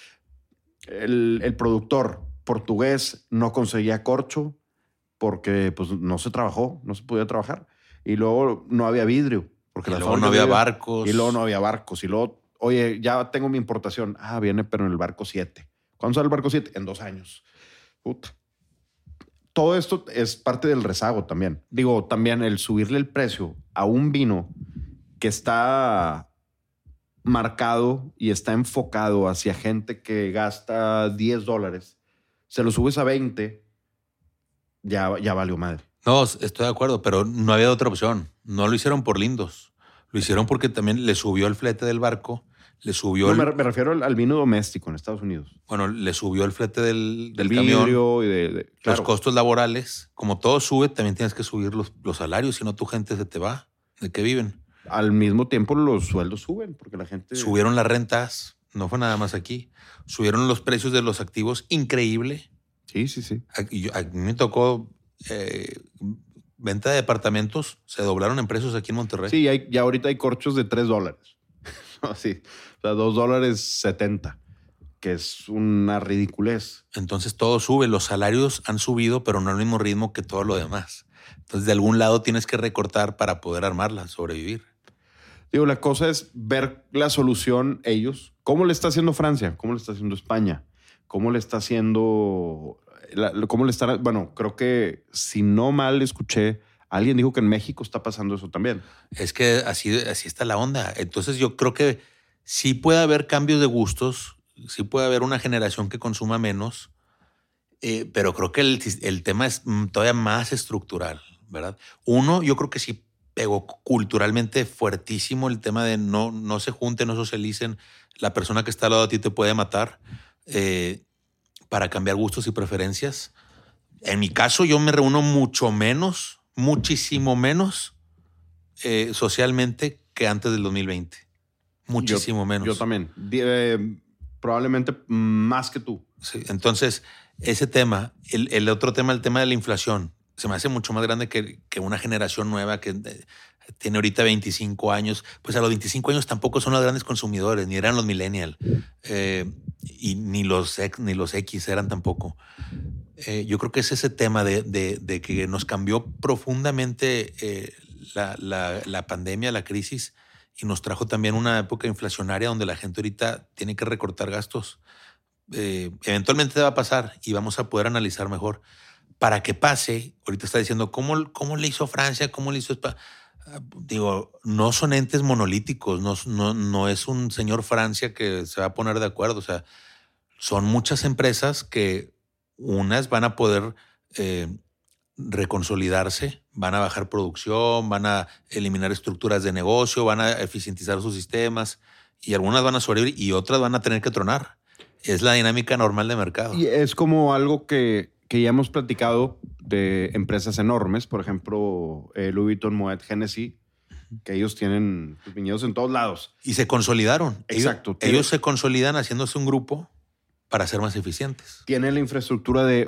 Speaker 1: el productor portugués no conseguía corcho porque pues, no se podía trabajar. Y luego no había vidrio. Porque
Speaker 2: y luego no había barcos.
Speaker 1: Y luego no había barcos. Y luego, oye, ya tengo mi importación. Ah, viene, pero en el barco 7. ¿Cuándo sale el barco 7? En 2 años. Puta. Todo esto es parte del rezago también. Digo, también el subirle el precio a un vino que está marcado y está enfocado hacia gente que gasta $10, se lo subes a 20, ya valió madre.
Speaker 2: No, estoy de acuerdo, pero no había otra opción. No lo hicieron por lindos. Lo hicieron porque también le subió el flete del barco, le subió...
Speaker 1: No, me refiero al vino doméstico en Estados Unidos.
Speaker 2: Bueno, le subió el flete del
Speaker 1: vidrio
Speaker 2: camión,
Speaker 1: y
Speaker 2: claro. Los costos laborales. Como todo sube, también tienes que subir los salarios, si no tu gente se te va. ¿De qué viven?
Speaker 1: Al mismo tiempo los sueldos suben porque la gente...
Speaker 2: Subieron las rentas, no fue nada más aquí. Subieron los precios de los activos, increíble.
Speaker 1: Sí.
Speaker 2: A mí me tocó venta de departamentos, se doblaron en precios aquí en Monterrey.
Speaker 1: Sí, ya ahorita hay corchos de $3. Sí, o sea, $2.70. que es una ridiculez.
Speaker 2: Entonces todo sube, los salarios han subido, pero no al mismo ritmo que todo lo demás. Entonces de algún lado tienes que recortar para poder armarla, sobrevivir.
Speaker 1: Digo, la cosa es ver la solución ellos. ¿Cómo le está haciendo Francia? ¿Cómo le está haciendo España? ¿Cómo le está haciendo... Bueno, creo que si no mal escuché, alguien dijo que en México está pasando eso también.
Speaker 2: Es que así está la onda. Entonces yo creo que sí puede haber cambios de gustos, sí puede haber una generación que consuma menos, pero creo que el tema es todavía más estructural, ¿verdad? Uno, yo creo que sí pegó culturalmente fuertísimo el tema de no se junten, no socialicen. La persona que está al lado de ti te puede matar para cambiar gustos y preferencias. En mi caso, yo me reúno muchísimo menos socialmente que antes del 2020. Muchísimo menos.
Speaker 1: Yo también. Probablemente más que tú.
Speaker 2: Sí, entonces, ese tema, el otro tema, el tema de la inflación, se me hace mucho más grande que una generación nueva que tiene ahorita 25 años. Pues a los 25 años tampoco son los grandes consumidores, ni eran los millennials, y ni los X eran tampoco. Yo creo que es ese tema de que nos cambió profundamente la pandemia, la crisis, y nos trajo también una época inflacionaria donde la gente ahorita tiene que recortar gastos. Eventualmente va a pasar y vamos a poder analizar mejor. Para que pase, ahorita está diciendo, ¿cómo le hizo Francia? ¿Cómo le hizo España? Digo, no son entes monolíticos, no es un señor Francia que se va a poner de acuerdo. O sea, son muchas empresas que unas van a poder reconsolidarse, van a bajar producción, van a eliminar estructuras de negocio, van a eficientizar sus sistemas y algunas van a sobrevivir y otras van a tener que tronar. Es la dinámica normal de mercado.
Speaker 1: Y es como algo que ya hemos platicado de empresas enormes, por ejemplo, Louis Vuitton, Moet, Hennessy, que ellos tienen viñedos en todos lados.
Speaker 2: Y se consolidaron.
Speaker 1: Exacto.
Speaker 2: Ellos se consolidan haciéndose un grupo para ser más eficientes.
Speaker 1: Tienen la infraestructura de...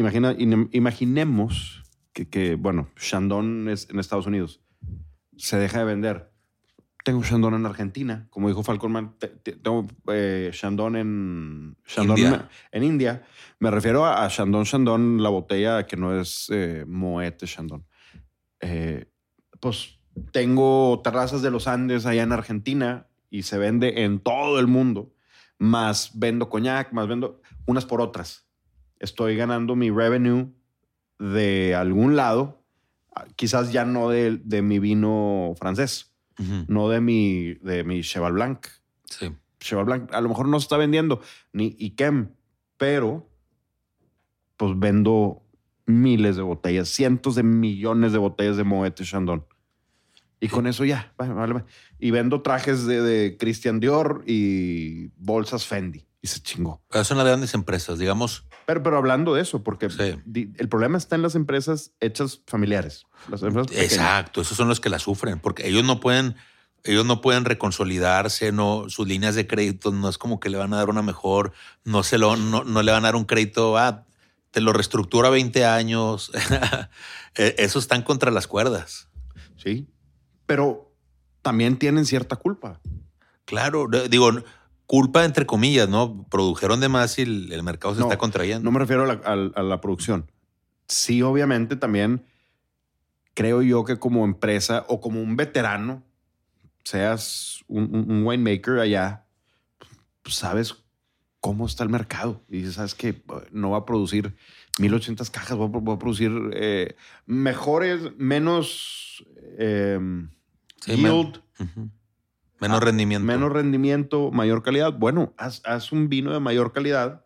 Speaker 1: Imaginemos que, bueno, Chandon es en Estados Unidos. Se deja de vender. Tengo Chandon en Argentina. Como dijo Falconman, tengo Chandon en India. Me refiero a Chandon, la botella que no es Moet Chandon. Pues tengo terrazas de los Andes allá en Argentina y se vende en todo el mundo. Más vendo coñac, más vendo unas por otras. Estoy ganando mi revenue de algún lado, quizás ya no de mi vino francés, no de mi Cheval Blanc.
Speaker 2: Sí.
Speaker 1: Cheval Blanc a lo mejor no se está vendiendo, ni Yquem, pero pues vendo miles de botellas, cientos de millones de botellas de Moet Chandon. Y con eso ya, vale. Y vendo trajes de Christian Dior y bolsas Fendi. Y se chingó.
Speaker 2: Pero son las grandes empresas, digamos.
Speaker 1: Pero hablando de eso, porque
Speaker 2: sí,
Speaker 1: el problema está en las empresas hechas familiares. Las empresas pequeñas.
Speaker 2: Exacto, esos son los que la sufren, porque ellos no pueden reconsolidarse, sus líneas de crédito no es como que le van a dar una mejor, no le van a dar un crédito, te lo reestructura 20 años. Esos están contra las cuerdas.
Speaker 1: Sí, pero también tienen cierta culpa.
Speaker 2: Claro, digo, culpa entre comillas, ¿no? Produjeron de más y el mercado se está contrayendo.
Speaker 1: No me refiero a la producción. Sí, obviamente también creo yo que como empresa o como un veterano, seas un winemaker allá, pues sabes cómo está el mercado. Y dices, sabes que no va a producir 1,800 cajas, voy a producir mejores, menos yield.
Speaker 2: Menos rendimiento.
Speaker 1: Menos rendimiento, mayor calidad. Bueno, haz un vino de mayor calidad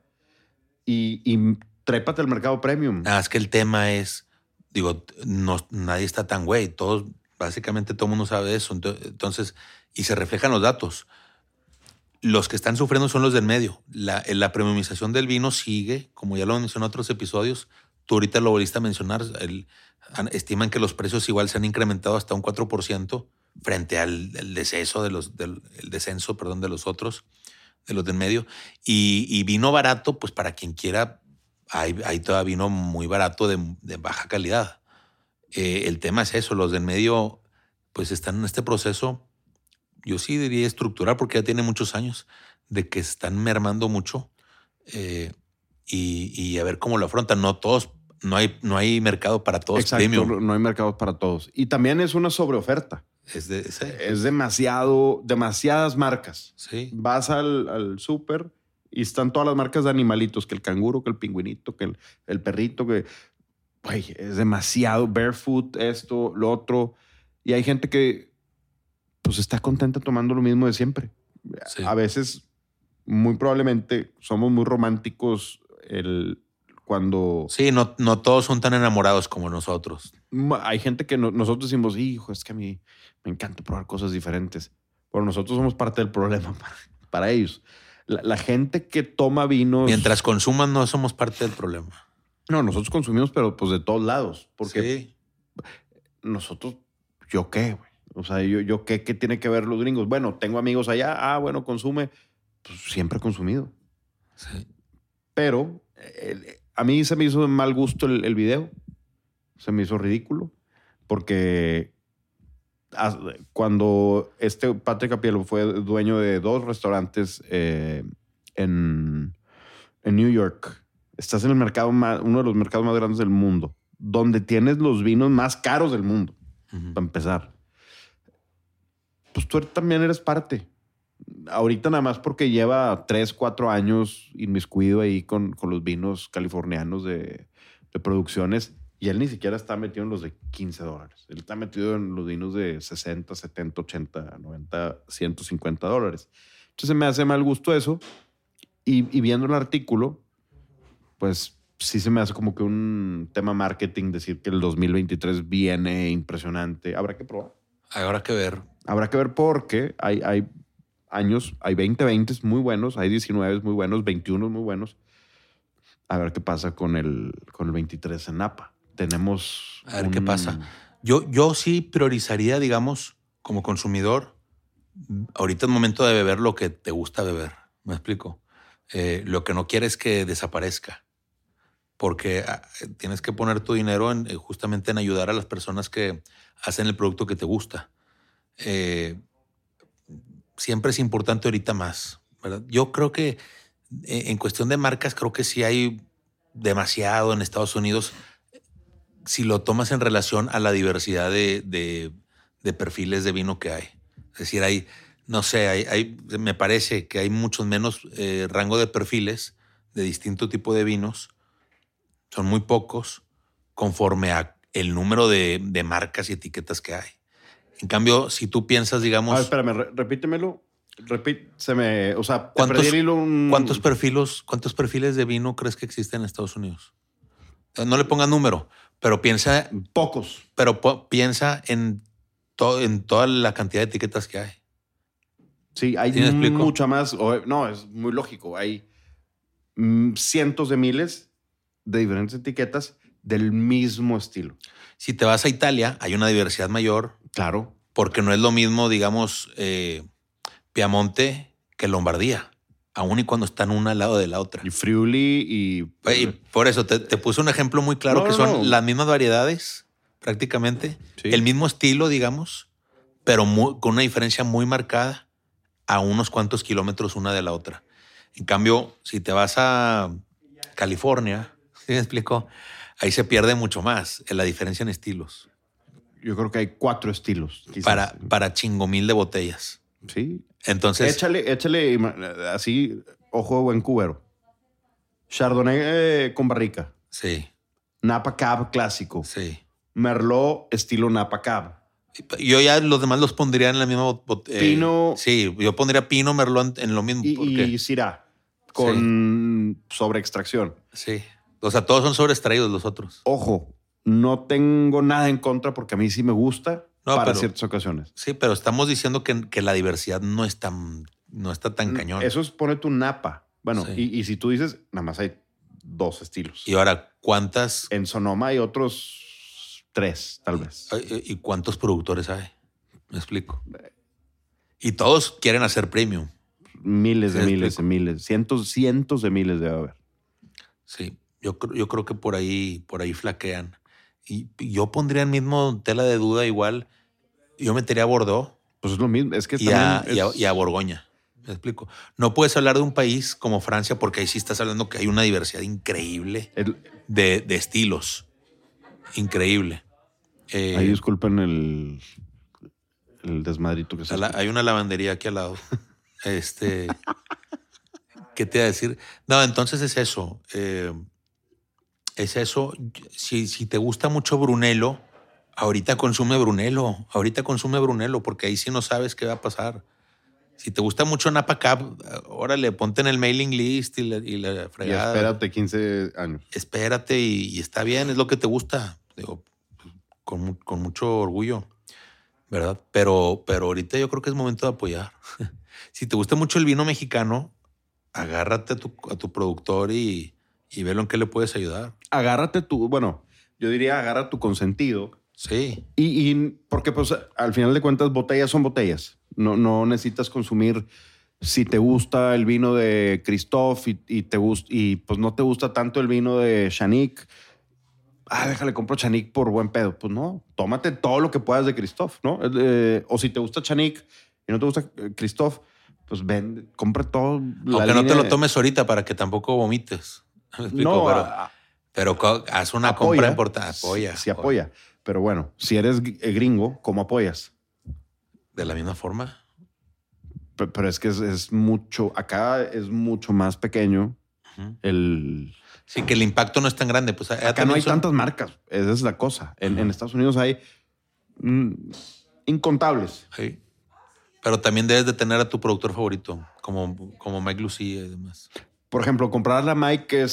Speaker 1: y trépate al mercado premium.
Speaker 2: Es que el tema es, digo, nadie está tan güey. Básicamente todo el mundo sabe eso. Entonces, y se reflejan los datos. Los que están sufriendo son los del medio. La premiumización del vino sigue, como ya lo mencioné en otros episodios. Tú ahorita lo volviste a mencionar. Estiman que los precios igual se han incrementado hasta un 4%. Frente al descenso de los otros, de los del medio. Y vino barato, pues para quien quiera, hay todavía vino muy barato de baja calidad. El tema es eso, los del medio pues están en este proceso, yo sí diría estructural, porque ya tiene muchos años, de que están mermando mucho y a ver cómo lo afrontan. No todos, no hay mercado para todos.
Speaker 1: Exacto,
Speaker 2: premium.
Speaker 1: no hay mercado para todos. Y también es una sobreoferta. Es demasiadas marcas.
Speaker 2: Sí.
Speaker 1: Vas al súper y están todas las marcas de animalitos, que el canguro, que el pingüinito, que el perrito, que es demasiado. Barefoot, esto, lo otro. Y hay gente que pues está contenta tomando lo mismo de siempre.
Speaker 2: Sí.
Speaker 1: A veces, muy probablemente, somos muy románticos cuando...
Speaker 2: Sí, no todos son tan enamorados como nosotros.
Speaker 1: Hay gente que nosotros decimos, hijo, es que a mí me encanta probar cosas diferentes. Pero nosotros somos parte del problema para ellos. La gente que toma vinos...
Speaker 2: Mientras consuman, no somos parte del problema.
Speaker 1: No, nosotros consumimos, pero pues de todos lados. Porque
Speaker 2: sí.
Speaker 1: Nosotros, ¿yo qué, güey? O sea, ¿yo qué tiene que ver los gringos? Bueno, tengo amigos allá. Bueno, consume. Pues siempre he consumido.
Speaker 2: Sí.
Speaker 1: Pero a mí se me hizo de mal gusto el video. Se me hizo ridículo. Porque cuando Patrick Appiello fue dueño de 2 restaurantes en New York, estás en el mercado uno de los mercados más grandes del mundo, donde tienes los vinos más caros del mundo, para empezar. Pues tú también eres parte. Ahorita nada más porque lleva 3, 4 años inmiscuido ahí con los vinos californianos de producciones, y él ni siquiera está metido en los de $15. Él está metido en los vinos de 60, 70, 80, 90, $150. Entonces me hace mal gusto eso. Y viendo el artículo, pues sí se me hace como que un tema marketing decir que el 2023 viene impresionante. Habrá que probar.
Speaker 2: Habrá que ver. Habrá
Speaker 1: que ver porque hay años, hay 2020 muy buenos, hay 19 muy buenos, 21 muy buenos. A ver qué pasa con el 23 en Napa. Tenemos...
Speaker 2: A ver qué pasa. Yo sí priorizaría, digamos, como consumidor, ahorita es momento de beber lo que te gusta beber. ¿Me explico? Lo que no quieres es que desaparezca. Porque tienes que poner tu dinero justamente en ayudar a las personas que hacen el producto que te gusta. Siempre es importante ahorita más, ¿verdad? Yo creo que en cuestión de marcas, creo que sí hay demasiado en Estados Unidos si lo tomas en relación a la diversidad de perfiles de vino que hay. Es decir, me parece que hay muchos menos rango de perfiles de distinto tipo de vinos. Son muy pocos conforme a el número de marcas y etiquetas que hay. En cambio, si tú piensas, digamos...
Speaker 1: espérame, repítemelo. O sea,
Speaker 2: ¿cuántos perfiles de vino crees que existen en Estados Unidos? No le pongas número, pero piensa...
Speaker 1: Pocos.
Speaker 2: Pero piensa en toda la cantidad de etiquetas que hay.
Speaker 1: Sí, hay mucha más. No, es muy lógico. Hay cientos de miles de diferentes etiquetas del mismo estilo.
Speaker 2: Si te vas a Italia, hay una diversidad mayor.
Speaker 1: Claro.
Speaker 2: Porque no es lo mismo, digamos, Piamonte que Lombardía, aún y cuando están una al lado de la otra.
Speaker 1: Y Friuli
Speaker 2: y por eso te puse un ejemplo muy claro que son las mismas variedades, prácticamente. Sí. El mismo estilo, digamos, pero con una diferencia muy marcada a unos cuantos kilómetros una de la otra. En cambio, si te vas a California, ¿sí me explico? Ahí se pierde mucho más en la diferencia en estilos.
Speaker 1: Yo creo que hay 4 estilos. Quizás.
Speaker 2: Para chingomil de botellas.
Speaker 1: Sí.
Speaker 2: Entonces...
Speaker 1: Échale así, ojo de buen cubero. Chardonnay con barrica.
Speaker 2: Sí.
Speaker 1: Napa Cab clásico.
Speaker 2: Sí.
Speaker 1: Merlot estilo Napa Cab.
Speaker 2: Yo ya los demás los pondría en la misma...
Speaker 1: Pino.
Speaker 2: Sí, yo pondría Pino, Merlot en lo mismo.
Speaker 1: Y Syrah con sobreextracción.
Speaker 2: Sí. O sea, todos son sobreextraídos los otros.
Speaker 1: Ojo, no tengo nada en contra porque a mí sí me gusta para ciertas ocasiones.
Speaker 2: Sí, pero estamos diciendo que la diversidad no está tan cañón.
Speaker 1: Eso es pone tu Napa. Bueno, sí. y si tú dices, nada más hay 2 estilos.
Speaker 2: Y ahora, ¿cuántas?
Speaker 1: En Sonoma hay otros 3, tal vez.
Speaker 2: ¿Y cuántos productores hay? Me explico. Y todos quieren hacer premium.
Speaker 1: Miles de miles. Cientos de miles debe haber.
Speaker 2: Sí, yo creo que por ahí flaquean. Y yo pondría el mismo tela de duda igual. Yo metería a Bordeaux.
Speaker 1: Pues es lo mismo. Es que
Speaker 2: y a Borgoña. Me explico. No puedes hablar de un país como Francia porque ahí sí estás hablando que hay una diversidad increíble de estilos. Increíble.
Speaker 1: Ahí disculpen el desmadrito que se
Speaker 2: hay una lavandería aquí al lado. ¿Qué te iba a decir? No, entonces es eso. Es eso. Si te gusta mucho Brunello, ahorita consume Brunello. Ahorita consume Brunello porque ahí sí no sabes qué va a pasar. Si te gusta mucho Napa Cab, órale, ponte en el mailing list y la fregada.
Speaker 1: Y espérate 15 años.
Speaker 2: Espérate y está bien, es lo que te gusta. Digo, con mucho orgullo, ¿verdad? Pero ahorita yo creo que es momento de apoyar. Si te gusta mucho el vino mexicano, agárrate a tu productor y velo en qué le puedes ayudar.
Speaker 1: Agárrate yo diría agarra tu consentido.
Speaker 2: Sí.
Speaker 1: Y porque pues al final de cuentas botellas son botellas. No necesitas consumir. Si te gusta el vino de Christophe y pues no te gusta tanto el vino de Chanic, déjale, compro Chanic por buen pedo. Pues no, tómate todo lo que puedas de Christophe, ¿no? O si te gusta Chanic y no te gusta Christophe, pues compra todo.
Speaker 2: Aunque no te lo tomes ahorita para que tampoco vomites. ¿Me explico? Pero haz una compra importante. Apoya.
Speaker 1: Sí, apoya. Pero bueno, si eres gringo, ¿cómo apoyas?
Speaker 2: De la misma forma.
Speaker 1: Pero es que es mucho, acá es mucho más pequeño.
Speaker 2: Sí, que el impacto no es tan grande. Pues
Speaker 1: acá no hay tantas marcas. Esa es la cosa. En Estados Unidos hay incontables.
Speaker 2: Sí. Pero también debes de tener a tu productor favorito, como Mike Lucia y demás.
Speaker 1: Por ejemplo, comprar a Mike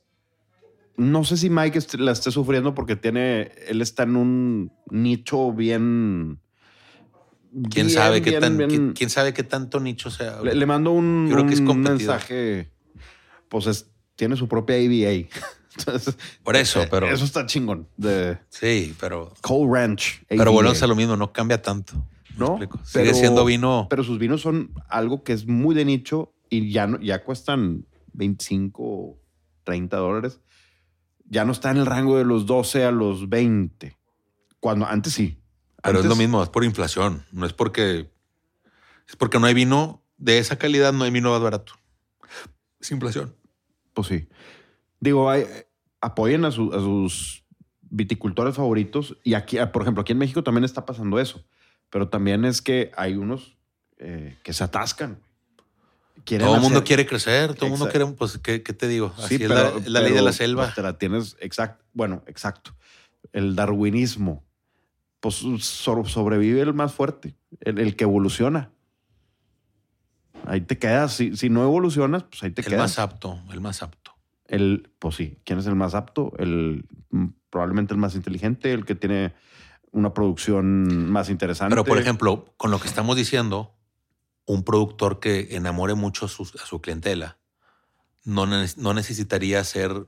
Speaker 1: no sé si Mike la esté sufriendo porque él está en un nicho bien...
Speaker 2: ¿Quién sabe qué tanto nicho sea?
Speaker 1: Le mando un mensaje. Pues tiene su propia ABA. Entonces,
Speaker 2: por eso, pero...
Speaker 1: Eso está chingón.
Speaker 2: Sí, pero...
Speaker 1: Cold Ranch. ABA.
Speaker 2: Pero volvemos a lo mismo, no cambia tanto.
Speaker 1: ¿No?
Speaker 2: Sigue siendo vino.
Speaker 1: Pero sus vinos son algo que es muy de nicho y ya cuestan $25, $30. Ya no está en el rango de los 12 a los 20. Cuando antes sí.
Speaker 2: Pero es lo mismo, es por inflación. No es porque... Es porque no hay vino de esa calidad, no hay vino más barato. Es inflación.
Speaker 1: Pues sí. Digo, apoyen a sus viticultores favoritos. Y aquí, por ejemplo, aquí en México también está pasando eso. Pero también es que hay unos que se atascan.
Speaker 2: Todo el mundo quiere crecer, todo el mundo quiere, pues, ¿qué te digo? Así sí, es la ley de la selva.
Speaker 1: Pues te la tienes, exacto. El darwinismo. Pues sobrevive el más fuerte, el que evoluciona. Ahí te quedas. Si no evolucionas, pues ahí te quedas.
Speaker 2: El más apto.
Speaker 1: Pues sí. ¿Quién es el más apto? Probablemente el más inteligente, el que tiene una producción más interesante.
Speaker 2: Pero, por ejemplo, con lo que estamos diciendo, un productor que enamore mucho a su clientela no necesitaría hacer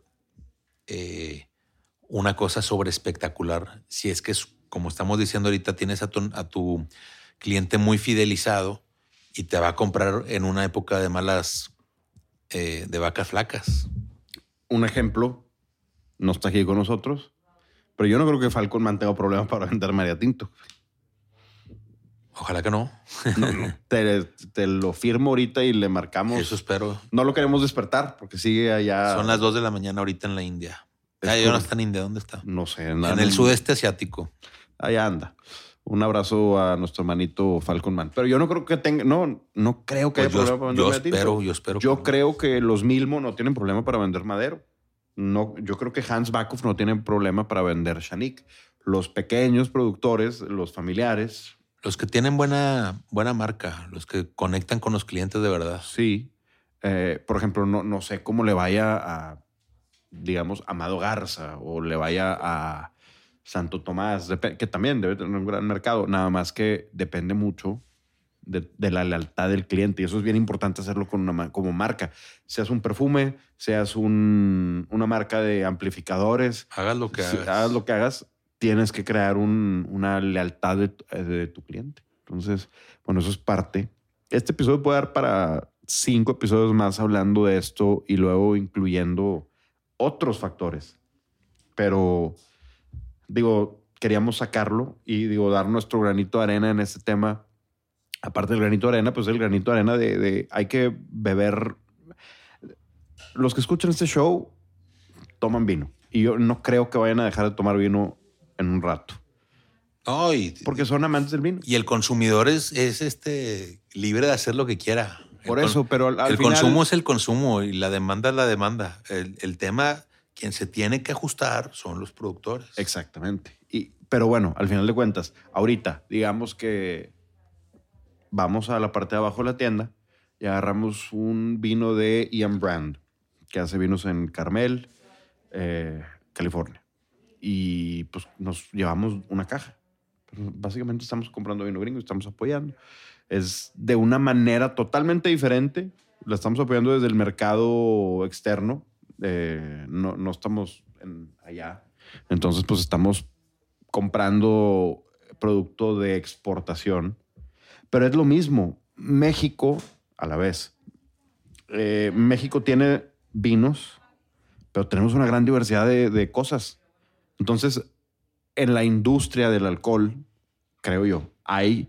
Speaker 2: una cosa sobre espectacular. Si es que, como estamos diciendo ahorita, tienes a tu cliente muy fidelizado y te va a comprar en una época de de vacas flacas.
Speaker 1: Un ejemplo, no está aquí con nosotros, pero yo no creo que Falcon Man tenga problemas para vender María Tinto.
Speaker 2: Ojalá que no.
Speaker 1: No. Te lo firmo ahorita y le marcamos.
Speaker 2: Eso espero.
Speaker 1: No lo queremos despertar porque sigue allá.
Speaker 2: Son las 2 de la mañana ahorita en la India. Ya no está en India. ¿Dónde está?
Speaker 1: No sé.
Speaker 2: En el sudeste asiático.
Speaker 1: Allá anda. Un abrazo a nuestro hermanito Falcon Man. Pero yo no creo que tenga... No creo que haya problema para vender Madero.
Speaker 2: Yo espero.
Speaker 1: Yo creo que los Milmo no tienen problema para vender Madero. No, yo creo que Hans Backhoff no tiene problema para vender Chanic. Los pequeños productores, los familiares...
Speaker 2: Los que tienen buena marca, los que conectan con los clientes de verdad.
Speaker 1: Sí. Por ejemplo, no sé cómo le vaya a, digamos, Amado Garza o le vaya a Santo Tomás, que también debe tener un gran mercado. Nada más que depende mucho de la lealtad del cliente. Y eso es bien importante hacerlo como marca. Seas un perfume, seas una marca de amplificadores.
Speaker 2: Hagas lo que hagas.
Speaker 1: Hagas lo que hagas. Tienes que crear una lealtad de tu cliente. Entonces, bueno, eso es parte. Este episodio puede dar para 5 episodios más hablando de esto y luego incluyendo otros factores. Pero, queríamos sacarlo y, dar nuestro granito de arena en este tema aparte del granito de arena, pues el granito de arena de hay que beber. Los que escuchan este show toman vino. Y yo no creo que vayan a dejar de tomar vino en un rato.
Speaker 2: No,
Speaker 1: porque son amantes del vino.
Speaker 2: Y el consumidor es libre de hacer lo que quiera.
Speaker 1: Por eso, pero al
Speaker 2: el
Speaker 1: final...
Speaker 2: consumo es el consumo y la demanda es la demanda. El tema, quien se tiene que ajustar son los productores.
Speaker 1: Exactamente. Pero bueno, al final de cuentas, ahorita, digamos que vamos a la parte de abajo de la tienda y agarramos un vino de Ian Brand, que hace vinos en Carmel, California. Y pues nos llevamos una caja. Pero básicamente estamos comprando vino gringo, estamos apoyando. Es de una manera totalmente diferente. La estamos apoyando desde el mercado externo. No estamos allá. Entonces, pues estamos comprando producto de exportación. Pero es lo mismo. México, a la vez. México tiene vinos, pero tenemos una gran diversidad de cosas. Entonces, en la industria del alcohol, creo yo, hay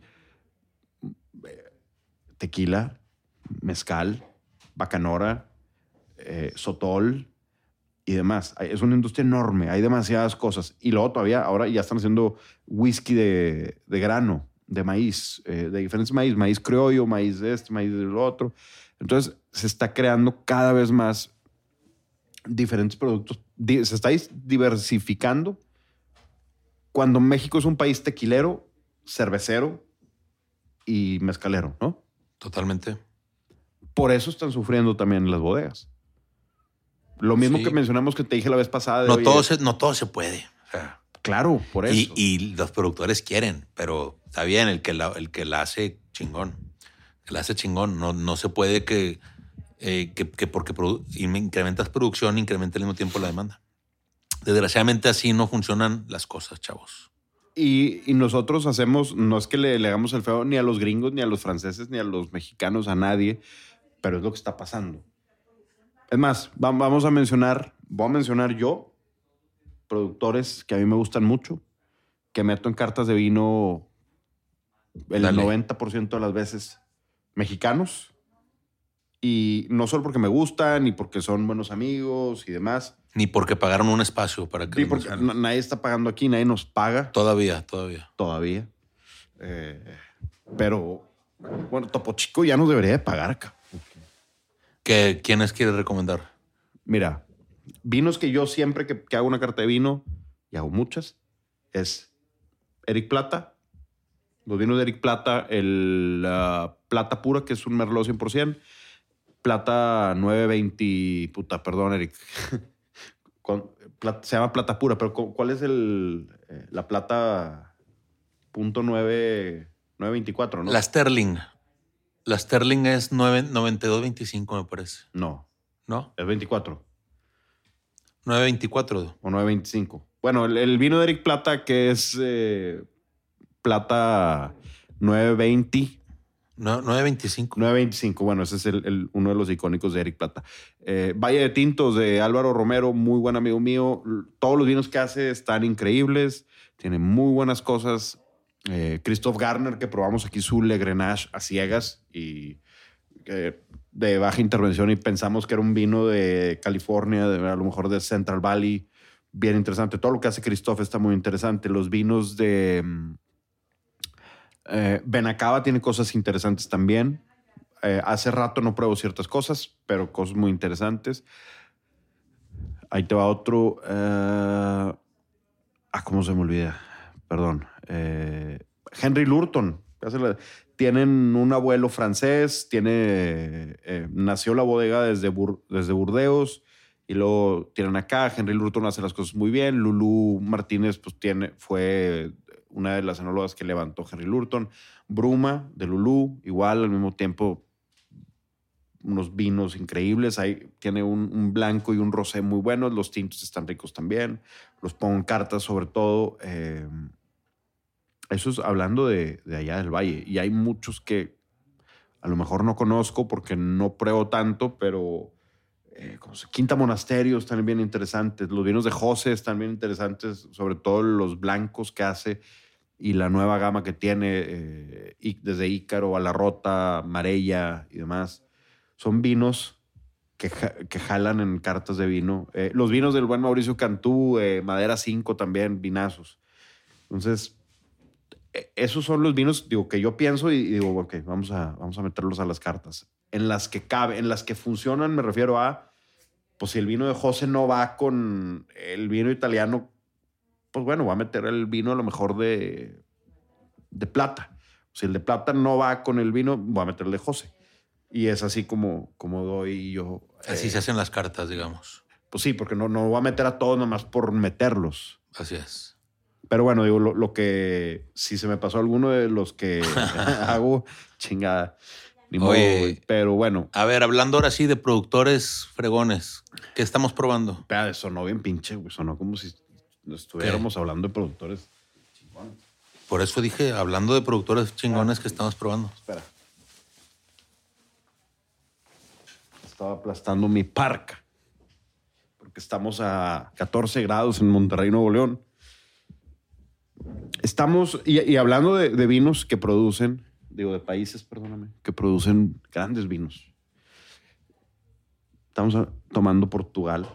Speaker 1: tequila, mezcal, bacanora, sotol y demás. Es una industria enorme, hay demasiadas cosas. Y luego todavía, ahora ya están haciendo whisky de grano, de maíz, de diferentes maíz criollo, maíz de este, maíz del otro. Entonces, se está creando cada vez más diferentes productos. Se está diversificando. Cuando México es un país tequilero, cervecero y mezcalero, ¿no?
Speaker 2: Totalmente.
Speaker 1: Por eso están sufriendo también las bodegas. Lo mismo que mencionamos que te dije la vez pasada.
Speaker 2: No todo se puede. O sea,
Speaker 1: claro, por eso.
Speaker 2: Y los productores quieren, pero está bien el que la hace chingón. El hace chingón. No se puede que porque incrementas producción, incrementa al mismo tiempo la demanda. Desgraciadamente así no funcionan las cosas, chavos.
Speaker 1: Y nosotros hacemos, no es que le hagamos el feo ni a los gringos, ni a los franceses, ni a los mexicanos, a nadie, pero es lo que está pasando. Es más, voy a mencionar yo productores que a mí me gustan mucho, que meto en cartas de vino el 90% de las veces mexicanos. Y no solo porque me gustan, ni porque son buenos amigos y demás.
Speaker 2: Ni porque pagaron un espacio para que...
Speaker 1: Sí, porque nadie está pagando aquí, nadie nos paga.
Speaker 2: Todavía.
Speaker 1: Pero, bueno, Topo Chico ya nos debería de pagar.
Speaker 2: ¿Quiénes quieres recomendar?
Speaker 1: Mira, vinos que yo siempre que hago una carta de vino, y hago muchas, es Eric Plata. Los vinos de Eric Plata, Plata Pura, que es un Merlot 100%. Plata 920, perdón, Eric. Se llama Plata Pura, pero ¿cuál es la plata .924, no?
Speaker 2: La Sterling. La Sterling es 92.25, me parece.
Speaker 1: No.
Speaker 2: ¿No?
Speaker 1: Es 24.
Speaker 2: 9.24.
Speaker 1: O 9.25. Bueno, el vino de Eric Plata, que es Plata 920.
Speaker 2: 9.25.
Speaker 1: 9.25. Bueno, ese es uno de los icónicos de Eric Plata. Valle de Tintos de Álvaro Romero, muy buen amigo mío. Todos los vinos que hace están increíbles. Tiene muy buenas cosas. Christoph Garner, que probamos aquí su Le Grenache a ciegas y de baja intervención y pensamos que era un vino de California, a lo mejor de Central Valley. Bien interesante. Todo lo que hace Christoph está muy interesante. Los vinos de... Benacaba tiene cosas interesantes también. Hace rato no pruebo ciertas cosas, pero cosas muy interesantes. Ahí te va otro. ¿Cómo se me olvida? Perdón. Henry Lurton. Tienen un abuelo francés. Nació la bodega desde Burdeos. Y luego tienen acá. Henry Lurton hace las cosas muy bien. Lulú Martínez fue una de las enólogas que levantó Henry Lurton. Bruma, de Lulú, igual, al mismo tiempo, unos vinos increíbles. Tiene un blanco y un rosé muy buenos. Los tintos están ricos también. Los pongo en cartas, sobre todo. Eso es hablando de allá del Valle. Y hay muchos que a lo mejor no conozco porque no pruebo tanto, pero... Quinta Monasterio están bien interesantes. Los vinos de José están bien interesantes, sobre todo los blancos que hace. y la nueva gama que tiene, desde Ícaro a La Rota, Marella y demás, son vinos que jalan en cartas de vino. Los vinos del buen Mauricio Cantú, Madera 5 también, vinazos. Entonces, esos son los vinos, digo, que yo pienso y digo, ok, vamos a meterlos a las cartas. En las que cabe, en las que funcionan, me refiero a, pues si el vino de José no va con el vino italiano, pues bueno, va a meter el vino a lo mejor de plata. Si el de plata no va con el vino, voy a meter el de José. Y es así como doy yo.
Speaker 2: Así se hacen las cartas, digamos.
Speaker 1: Pues sí, porque no voy a meter a todos nomás por meterlos.
Speaker 2: Así es.
Speaker 1: Pero bueno, digo, lo que... Si se me pasó alguno de los que hago, chingada. Ni modo,
Speaker 2: Oye,
Speaker 1: pero bueno.
Speaker 2: A ver, hablando ahora sí de productores fregones, ¿qué estamos probando?
Speaker 1: Espera, sonó bien pinche, güey. Sonó como si estuviéramos hablando de productores chingones.
Speaker 2: Por eso dije, hablando de productores chingones que estamos probando.
Speaker 1: Espera. Estaba aplastando mi parca. Porque estamos a 14 grados en Monterrey, Nuevo León. Estamos, y hablando de vinos que producen, digo, de países, perdóname, que producen grandes vinos. Estamos tomando Portugal.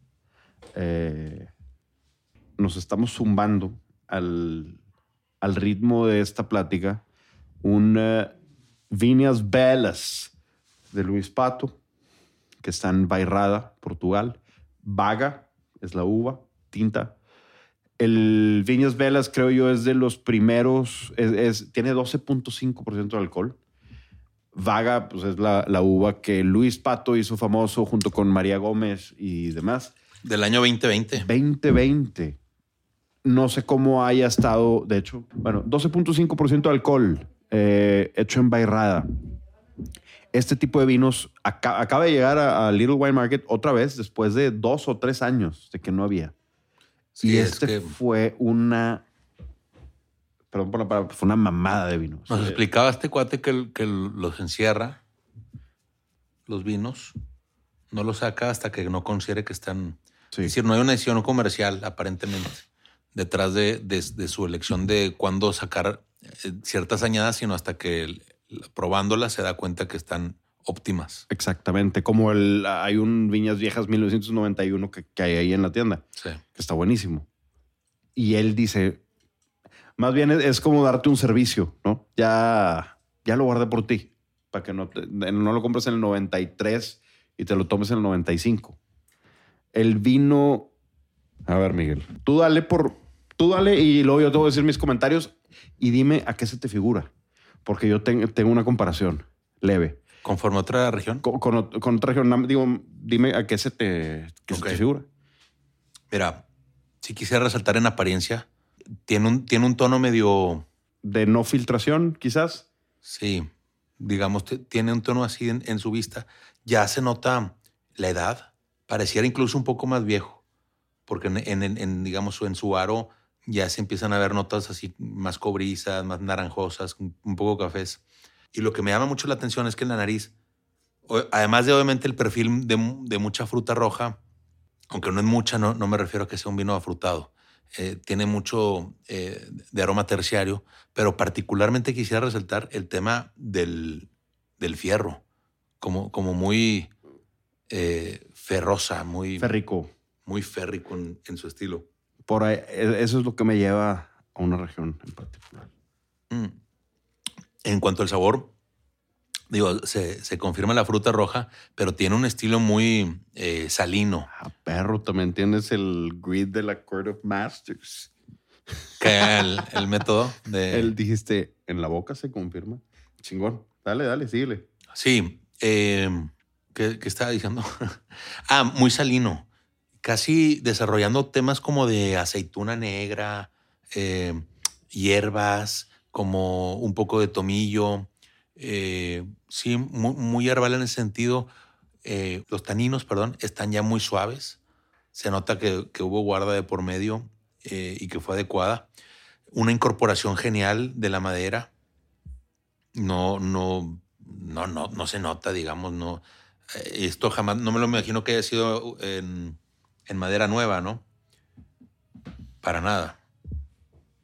Speaker 1: Nos estamos zumbando al ritmo de esta plática un Viñas Belas de Luis Pato, que está en Bairrada, Portugal. Vaga es la uva, tinta. El Viñas Belas, creo yo, es de los primeros, tiene 12.5% de alcohol. Vaga, pues es la uva que Luis Pato hizo famoso junto con María Gómez y demás.
Speaker 2: Del año 2020.
Speaker 1: 2020. No sé cómo haya estado, de hecho, bueno, 12.5% de alcohol, hecho en Bairrada. Este tipo de vinos acaba de llegar a Little Wine Market otra vez después de 2 o 3 años de que no había.
Speaker 2: Sí,
Speaker 1: y fue una... Perdón por la palabra, fue una mamada de vinos.
Speaker 2: Nos explicaba este cuate que los encierra, los vinos, no los saca hasta que no considere que están...
Speaker 1: Sí.
Speaker 2: Es decir, no hay una decisión comercial, aparentemente, detrás de su elección de cuándo sacar ciertas añadas, sino hasta que probándolas se da cuenta que están óptimas.
Speaker 1: Exactamente, como hay un Viñas Viejas 1991 que hay ahí en la tienda,
Speaker 2: sí,
Speaker 1: que está buenísimo. Y él dice, más bien es como darte un servicio, ¿no? Ya lo guardé por ti, para que no lo compres en el 93 y te lo tomes en el 95. El vino... A ver, Miguel, tú dale y luego yo te voy a decir mis comentarios y dime a qué se te figura. Porque yo tengo una comparación leve.
Speaker 2: ¿Conforme a otra región?
Speaker 1: Con otra región. Digo, dime a qué se te figura.
Speaker 2: Mira, si quisiera resaltar en apariencia, tiene un tono medio...
Speaker 1: De no filtración, quizás.
Speaker 2: Sí, digamos, tiene un tono así en su vista. Ya se nota la edad. Pareciera incluso un poco más viejo. Porque digamos, en su aro ya se empiezan a ver notas así más cobrizas, más naranjosas, un poco cafés. Y lo que me llama mucho la atención es que en la nariz, además de obviamente el perfil de mucha fruta roja, aunque no es mucha, no me refiero a que sea un vino afrutado. Tiene mucho de aroma terciario, pero particularmente quisiera resaltar el tema del fierro, como muy ferrosa, muy...
Speaker 1: Férrico.
Speaker 2: Muy férrico en su estilo.
Speaker 1: Por ahí, eso es lo que me lleva a una región en particular.
Speaker 2: En cuanto al sabor, digo, se confirma la fruta roja, pero tiene un estilo muy salino.
Speaker 1: Perro, también tienes el grid de la Court of Masters.
Speaker 2: Que el método de...
Speaker 1: Él dijiste, en la boca se confirma. Chingón. Dale, síguele.
Speaker 2: Sí. ¿Qué estaba diciendo? Muy salino. Casi desarrollando temas como de aceituna negra, hierbas, como un poco de tomillo. Sí, muy herbal en ese sentido. Los taninos, están ya muy suaves. Se nota que hubo guarda de por medio y que fue adecuada. Una incorporación genial de la madera. No se nota, digamos, no. Esto jamás, no me lo imagino que haya sido en madera nueva, ¿no? Para nada.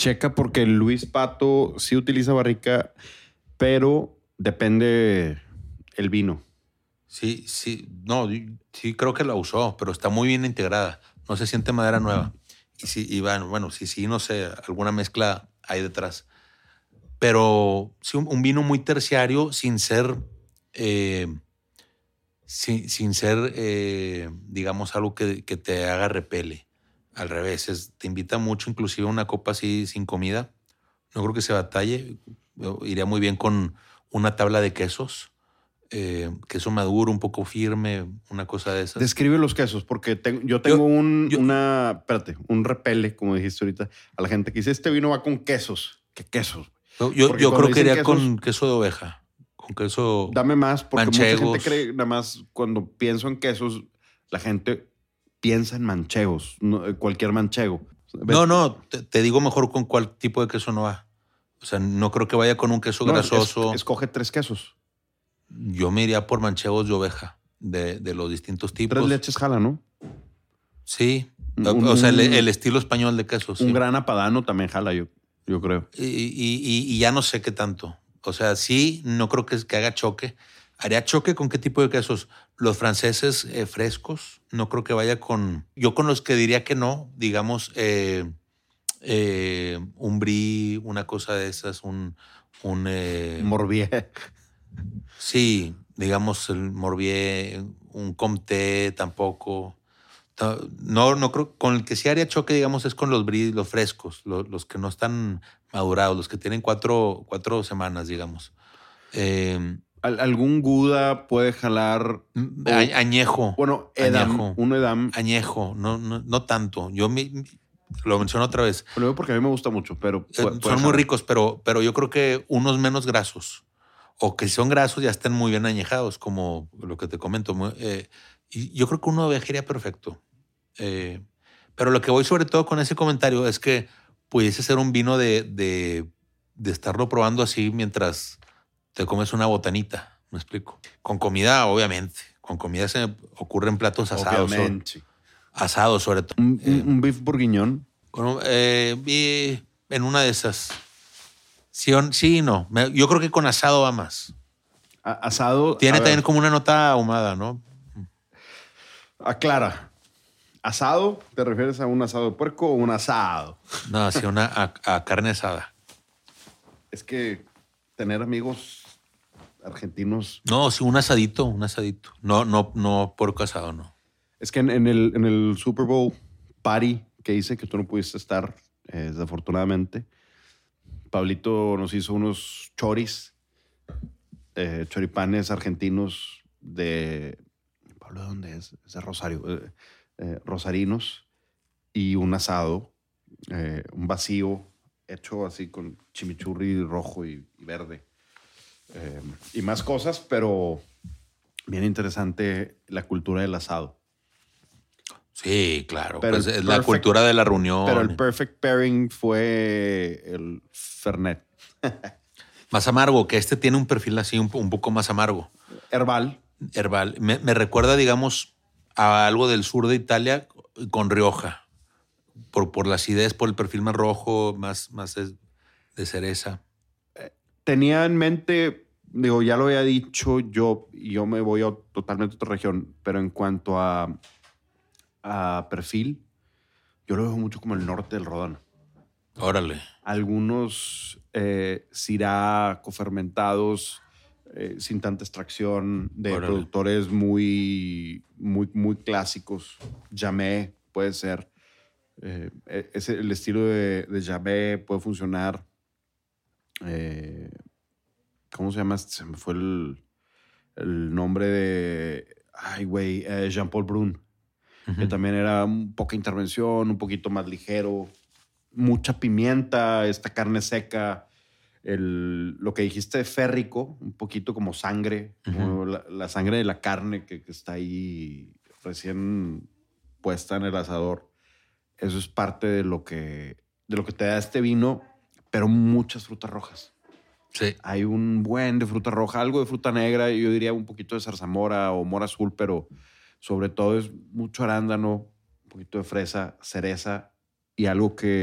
Speaker 1: Checa porque Luis Pato sí utiliza barrica, pero depende el vino.
Speaker 2: Sí, no, sí creo que la usó, pero está muy bien integrada. No se siente madera nueva. Y sí, bueno, sí, no sé, alguna mezcla hay detrás. Pero sí, un vino muy terciario sin ser, eh, sin ser, digamos, algo que te haga repele. Al revés, te invita mucho, inclusive una copa así sin comida. No creo que se batalle. Iría muy bien con una tabla de quesos. Queso maduro, un poco firme, una cosa de esas.
Speaker 1: Describe los quesos, porque yo tengo
Speaker 2: Yo-
Speaker 1: un repele, como dijiste ahorita, a la gente que dice, este vino va con quesos. ¿Qué quesos? Porque
Speaker 2: Yo
Speaker 1: cuando
Speaker 2: creo que
Speaker 1: dicen
Speaker 2: iría
Speaker 1: quesos,
Speaker 2: con queso de oveja, con queso
Speaker 1: dame más, porque mucha gente
Speaker 2: manchegos.
Speaker 1: cree, nada más cuando pienso en quesos, la gente piensa en manchegos, cualquier manchego.
Speaker 2: No, te digo mejor con cuál tipo de queso no va. O sea, no creo que vaya con un queso
Speaker 1: No,
Speaker 2: grasoso.
Speaker 1: escoge 3 quesos.
Speaker 2: Yo me iría por manchegos de oveja, de los distintos
Speaker 1: 3
Speaker 2: tipos.
Speaker 1: leches jala, ¿no?
Speaker 2: Sí.
Speaker 1: Un-
Speaker 2: O sea,
Speaker 1: un-
Speaker 2: el estilo español de queso, sí.
Speaker 1: Un gran apadano también jala, yo creo.
Speaker 2: Y ya no sé qué tanto. O sea, sí, no creo que haga choque. ¿Haría choque con qué tipo de quesos? Los franceses frescos, no creo que vaya con... Yo con los que diría que no, digamos, un brie, una cosa de esas,
Speaker 1: Morbier.
Speaker 2: sí, digamos el Morbier, un Comté tampoco. No creo, con el que sí haría choque, digamos, es con los brie, los frescos, los que no están madurados, los que tienen cuatro semanas, digamos.
Speaker 1: Algún Gouda puede jalar.
Speaker 2: Añejo.
Speaker 1: Bueno, Edam. Un Edam.
Speaker 2: Añejo, no tanto. Lo menciono otra vez.
Speaker 1: Lo veo porque a mí me gusta mucho, pero puede
Speaker 2: Son muy
Speaker 1: jalar.
Speaker 2: ricos, pero yo creo que unos menos grasos. O que si son grasos ya estén muy bien añejados, como lo que te comento. Y yo creo que uno viajaría perfecto. Pero lo que voy sobre todo con ese comentario es que pudiese ser un vino de estarlo probando así mientras te comes una botanita. ¿Me explico? Con comida, obviamente. Con comida se me ocurren platos asados.
Speaker 1: Obviamente.
Speaker 2: Asados, sobre todo.
Speaker 1: Un beef bourguignon.
Speaker 2: Y en una de esas. Sí y no. Yo creo que con asado va más.
Speaker 1: Asado.
Speaker 2: Tiene también como una nota ahumada, ¿no?
Speaker 1: Aclara. ¿Asado? ¿Te refieres a un asado de puerco o un asado?
Speaker 2: No, sí, a carne asada.
Speaker 1: Es que tener amigos argentinos.
Speaker 2: No, sí, un asadito. No puerco asado, no.
Speaker 1: Es que en el Super Bowl party que hice, que tú no pudiste estar, desafortunadamente, Pablito nos hizo unos choris, choripanes argentinos de... ¿Pablo de dónde es? Es de Rosario. Rosarinos y un asado, un vacío hecho así con chimichurri rojo y verde. Y más cosas, pero bien interesante la cultura del asado.
Speaker 2: Sí, claro.
Speaker 1: Pero
Speaker 2: Pues es la cultura de la reunión.
Speaker 1: Pero el perfect pairing fue el Fernet.
Speaker 2: Más amargo, que este tiene un perfil así un poco más amargo.
Speaker 1: Herbal.
Speaker 2: Me recuerda, digamos, a algo del sur de Italia con Rioja. Por la acidez, por el perfil más rojo, más de cereza.
Speaker 1: Tenía en mente, digo, ya lo había dicho, yo me voy a totalmente otra región, pero en cuanto a perfil, yo lo veo mucho como el norte del Ródano.
Speaker 2: Órale.
Speaker 1: Algunos Syrah cofermentados, sin tanta extracción, de
Speaker 2: Órale.
Speaker 1: productores muy, muy, muy clásicos. Jamé puede ser. El estilo de Jamé puede funcionar. ¿Cómo se llama? Se me fue el nombre de... Ay, güey. Jean-Paul Brun. Que también era un poca intervención, un poquito más ligero. Mucha pimienta, esta carne seca. Lo que dijiste de férrico, un poquito como sangre. Como la sangre de la carne que está ahí recién puesta en el asador. Eso es parte de lo que te da este vino, pero muchas frutas rojas.
Speaker 2: Sí.
Speaker 1: Hay un buen de fruta roja, algo de fruta negra, yo diría un poquito de zarzamora o mora azul, pero sobre todo es mucho arándano, un poquito de fresa, cereza y algo que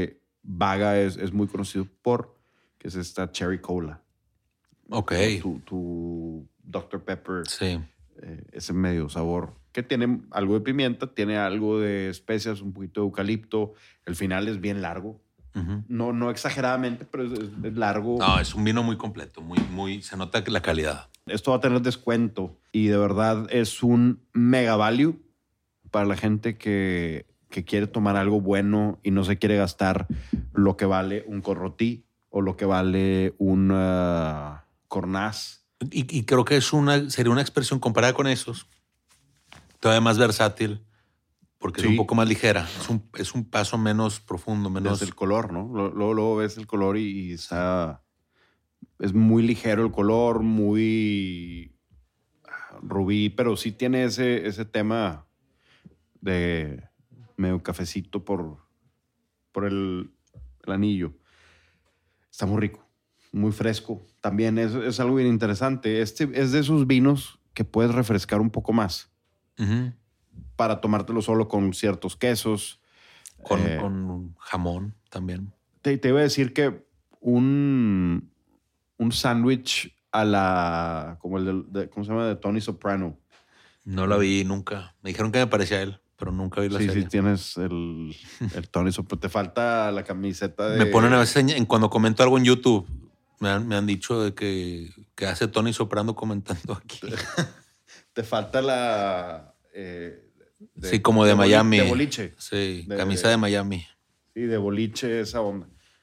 Speaker 1: Vaga es muy conocido que es esta Cherry Cola.
Speaker 2: Ok.
Speaker 1: Tu Dr. Pepper.
Speaker 2: Sí.
Speaker 1: Ese medio sabor que tiene algo de pimienta, tiene algo de especias, un poquito de eucalipto. El final es bien largo.
Speaker 2: Uh-huh.
Speaker 1: No exageradamente, pero es largo.
Speaker 2: No, es un vino muy completo, muy, se nota que la calidad.
Speaker 1: Esto va a tener descuento y de verdad es un mega value para la gente que quiere tomar algo bueno y no se quiere gastar lo que vale un Corrotí o lo que vale un Cornaz.
Speaker 2: Y creo que sería una expresión comparada con esos, todavía más versátil, porque es un poco más ligera. Es un paso menos profundo, menos...
Speaker 1: Desde el color, ¿no? Luego ves el color y está... Es muy ligero el color, muy rubí, pero sí tiene ese tema de medio cafecito por el anillo. Está muy rico, muy fresco. También es algo bien interesante. Es de esos vinos que puedes refrescar un poco más.
Speaker 2: Uh-huh.
Speaker 1: Para tomártelo solo con ciertos quesos.
Speaker 2: Con jamón también.
Speaker 1: Te iba a decir que un sándwich a la... como el ¿cómo se llama? De Tony Soprano.
Speaker 2: No la vi nunca. Me dijeron que me parecía él, pero nunca vi la serie.
Speaker 1: Sí, tienes el Tony Soprano. Te falta la camiseta de...
Speaker 2: Me ponen a veces, cuando comento algo en YouTube, me han dicho de que hace Tony Soprano comentando aquí.
Speaker 1: Te falta la...
Speaker 2: sí, como de Miami.
Speaker 1: De boliche.
Speaker 2: Sí, camisa de Miami.
Speaker 1: Sí, de boliche, esa onda.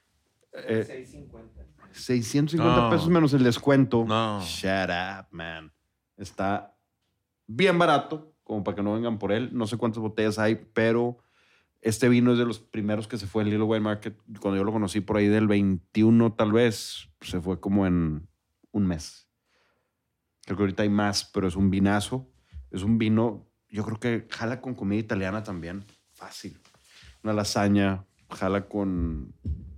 Speaker 1: 650
Speaker 2: No.
Speaker 1: pesos menos el descuento.
Speaker 2: No.
Speaker 1: Shut up, man. Está bien barato, como para que no vengan por él. No sé cuántas botellas hay, pero este vino es de los primeros que se fue en Little Wine Market. Cuando yo lo conocí por ahí del 21, tal vez, se fue como en un mes. Creo que ahorita hay más, pero es un vinazo. Es un vino, yo creo que jala con comida italiana también. Fácil. Una lasaña, jala con...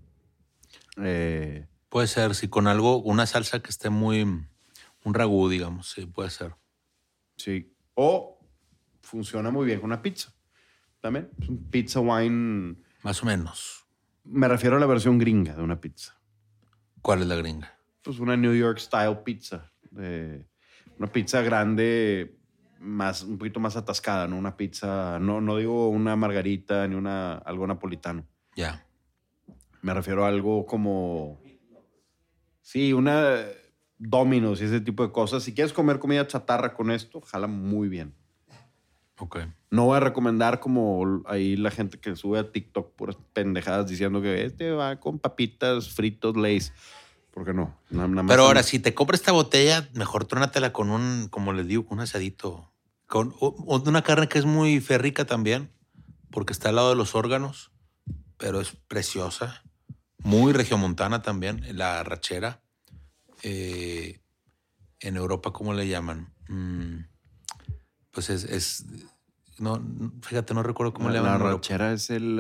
Speaker 2: puede ser, sí, con algo, una salsa que esté muy... un ragú, digamos, sí, puede ser.
Speaker 1: Sí. O funciona muy bien con una pizza. También. Es un pizza wine...
Speaker 2: Más o menos.
Speaker 1: Me refiero a la versión gringa de una pizza.
Speaker 2: ¿Cuál es la gringa?
Speaker 1: Pues una New York style pizza. Una pizza grande, un poquito más atascada, ¿no? Una pizza, no digo una margarita ni algo napolitano.
Speaker 2: Ya.
Speaker 1: Me refiero a algo como... Sí, una Domino's y ese tipo de cosas. Si quieres comer comida chatarra con esto, jala muy bien.
Speaker 2: Ok.
Speaker 1: No voy a recomendar como ahí la gente que sube a TikTok puras pendejadas diciendo que este va con papitas, fritos, Lay's. Porque no. Nada más.
Speaker 2: Pero ahora, si te compras esta botella, mejor trónatela con como les digo, con un asadito. Con una carne que es muy férrica también, porque está al lado de los órganos, pero es preciosa. Muy regiomontana también, la arrachera. En Europa, ¿cómo le llaman? Pues no, fíjate, no recuerdo cómo le llaman.
Speaker 1: La arrachera es el...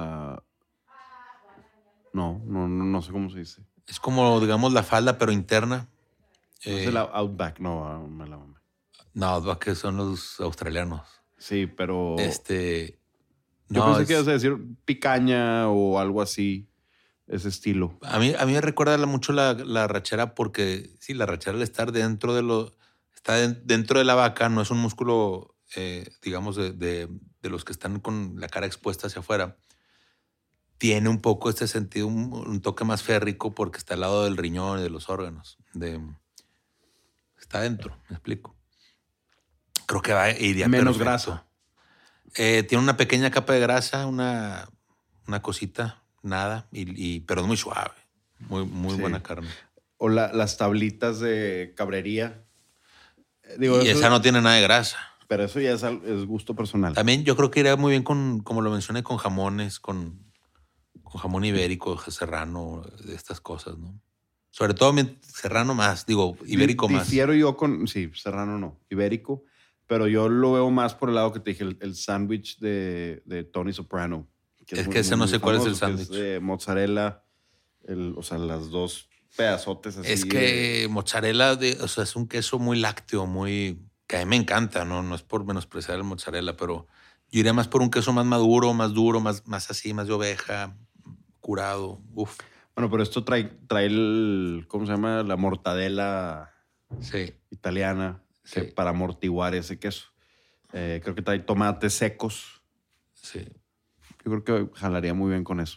Speaker 1: No sé cómo se dice.
Speaker 2: Es como, digamos, la falda, pero interna.
Speaker 1: No es el Outback, no.
Speaker 2: No, Outback son los australianos.
Speaker 1: Sí, pero...
Speaker 2: Yo
Speaker 1: pensé que ibas a decir picaña o algo así, ese estilo.
Speaker 2: A mí me recuerda mucho la arrachera porque, sí, la arrachera al estar dentro dentro de la vaca, no es un músculo, digamos, de los que están con la cara expuesta hacia afuera. Tiene un poco este sentido, un toque más férrico porque está al lado del riñón y de los órganos. Está dentro, me explico. Creo que iría
Speaker 1: menos
Speaker 2: perfecto.
Speaker 1: Grasa.
Speaker 2: Tiene una pequeña capa de grasa, una cosita, nada, pero es muy suave. Muy buena carne.
Speaker 1: O las tablitas de cabrería.
Speaker 2: Y esa no tiene nada de grasa.
Speaker 1: Pero eso ya es gusto personal.
Speaker 2: También yo creo que iría muy bien como lo mencioné, con jamones, con jamón ibérico, serrano, de estas cosas, ¿no? Sobre todo serrano más, ibérico más.
Speaker 1: Difiero yo sí, serrano no, ibérico, pero yo lo veo más por el lado que te dije, el sándwich de Tony Soprano.
Speaker 2: Es que ese no sé cuál es el sándwich.
Speaker 1: Es de mozzarella, o sea, las dos pedazotes así.
Speaker 2: Es que mozzarella, es un queso muy lácteo, que a mí me encanta, ¿no? No es por menospreciar el mozzarella, pero yo iría más por un queso más maduro, más duro, más así, más de oveja, curado. Uf.
Speaker 1: Bueno, pero esto trae el, ¿cómo se llama? La mortadela
Speaker 2: Sí.
Speaker 1: italiana,
Speaker 2: Sí.
Speaker 1: para amortiguar ese queso. Creo que trae tomates secos.
Speaker 2: Sí.
Speaker 1: Yo creo que jalaría muy bien con eso.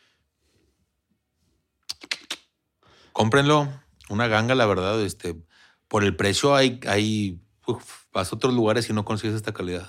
Speaker 2: Cómprenlo. Una ganga, la verdad. Por el precio vas a otros lugares y no consigues esta calidad.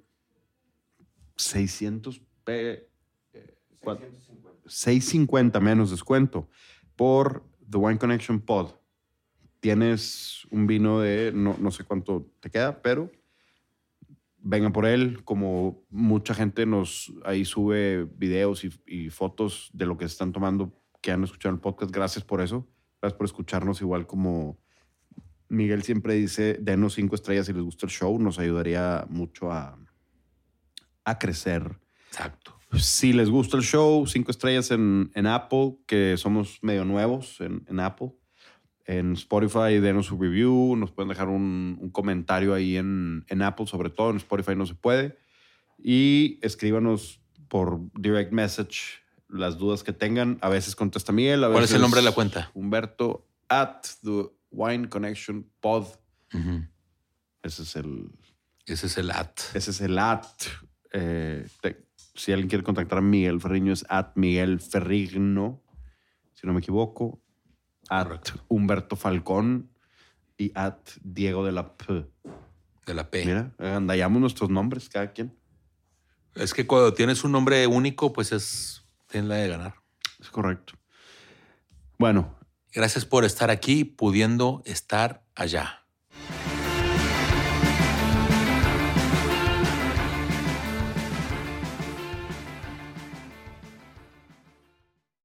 Speaker 1: 650 menos descuento por The Wine Connection Pod. Tienes un vino de no sé cuánto te queda, pero vengan por él. Como mucha gente ahí sube videos y fotos de lo que se están tomando, que han escuchado el podcast. Gracias por eso. Gracias por escucharnos. Igual como Miguel siempre dice, denos 5 estrellas si les gusta el show. Nos ayudaría mucho a crecer.
Speaker 2: Exacto.
Speaker 1: Si les gusta el show, 5 estrellas en Apple, que somos medio nuevos en Apple. En Spotify, denos su review. Nos pueden dejar un comentario ahí en Apple, sobre todo. En Spotify no se puede. Y escríbanos por direct message las dudas que tengan. A veces contesta Miguel.
Speaker 2: ¿Cuál es el nombre de la cuenta?
Speaker 1: Humberto, @The Wine Connection Pod.
Speaker 2: Uh-huh.
Speaker 1: Ese es el
Speaker 2: Ese es el @.
Speaker 1: Ese es el si alguien quiere contactar a Miguel Ferriño es @Miguel Ferrigno, si no me equivoco.
Speaker 2: Correcto.
Speaker 1: @Humberto Falcón y @Diego de la P.
Speaker 2: De la P.
Speaker 1: Mira, andallamos nuestros nombres cada quien.
Speaker 2: Es que cuando tienes un nombre único, pues tienes la de ganar.
Speaker 1: Es correcto. Bueno.
Speaker 2: Gracias por estar aquí, pudiendo estar allá.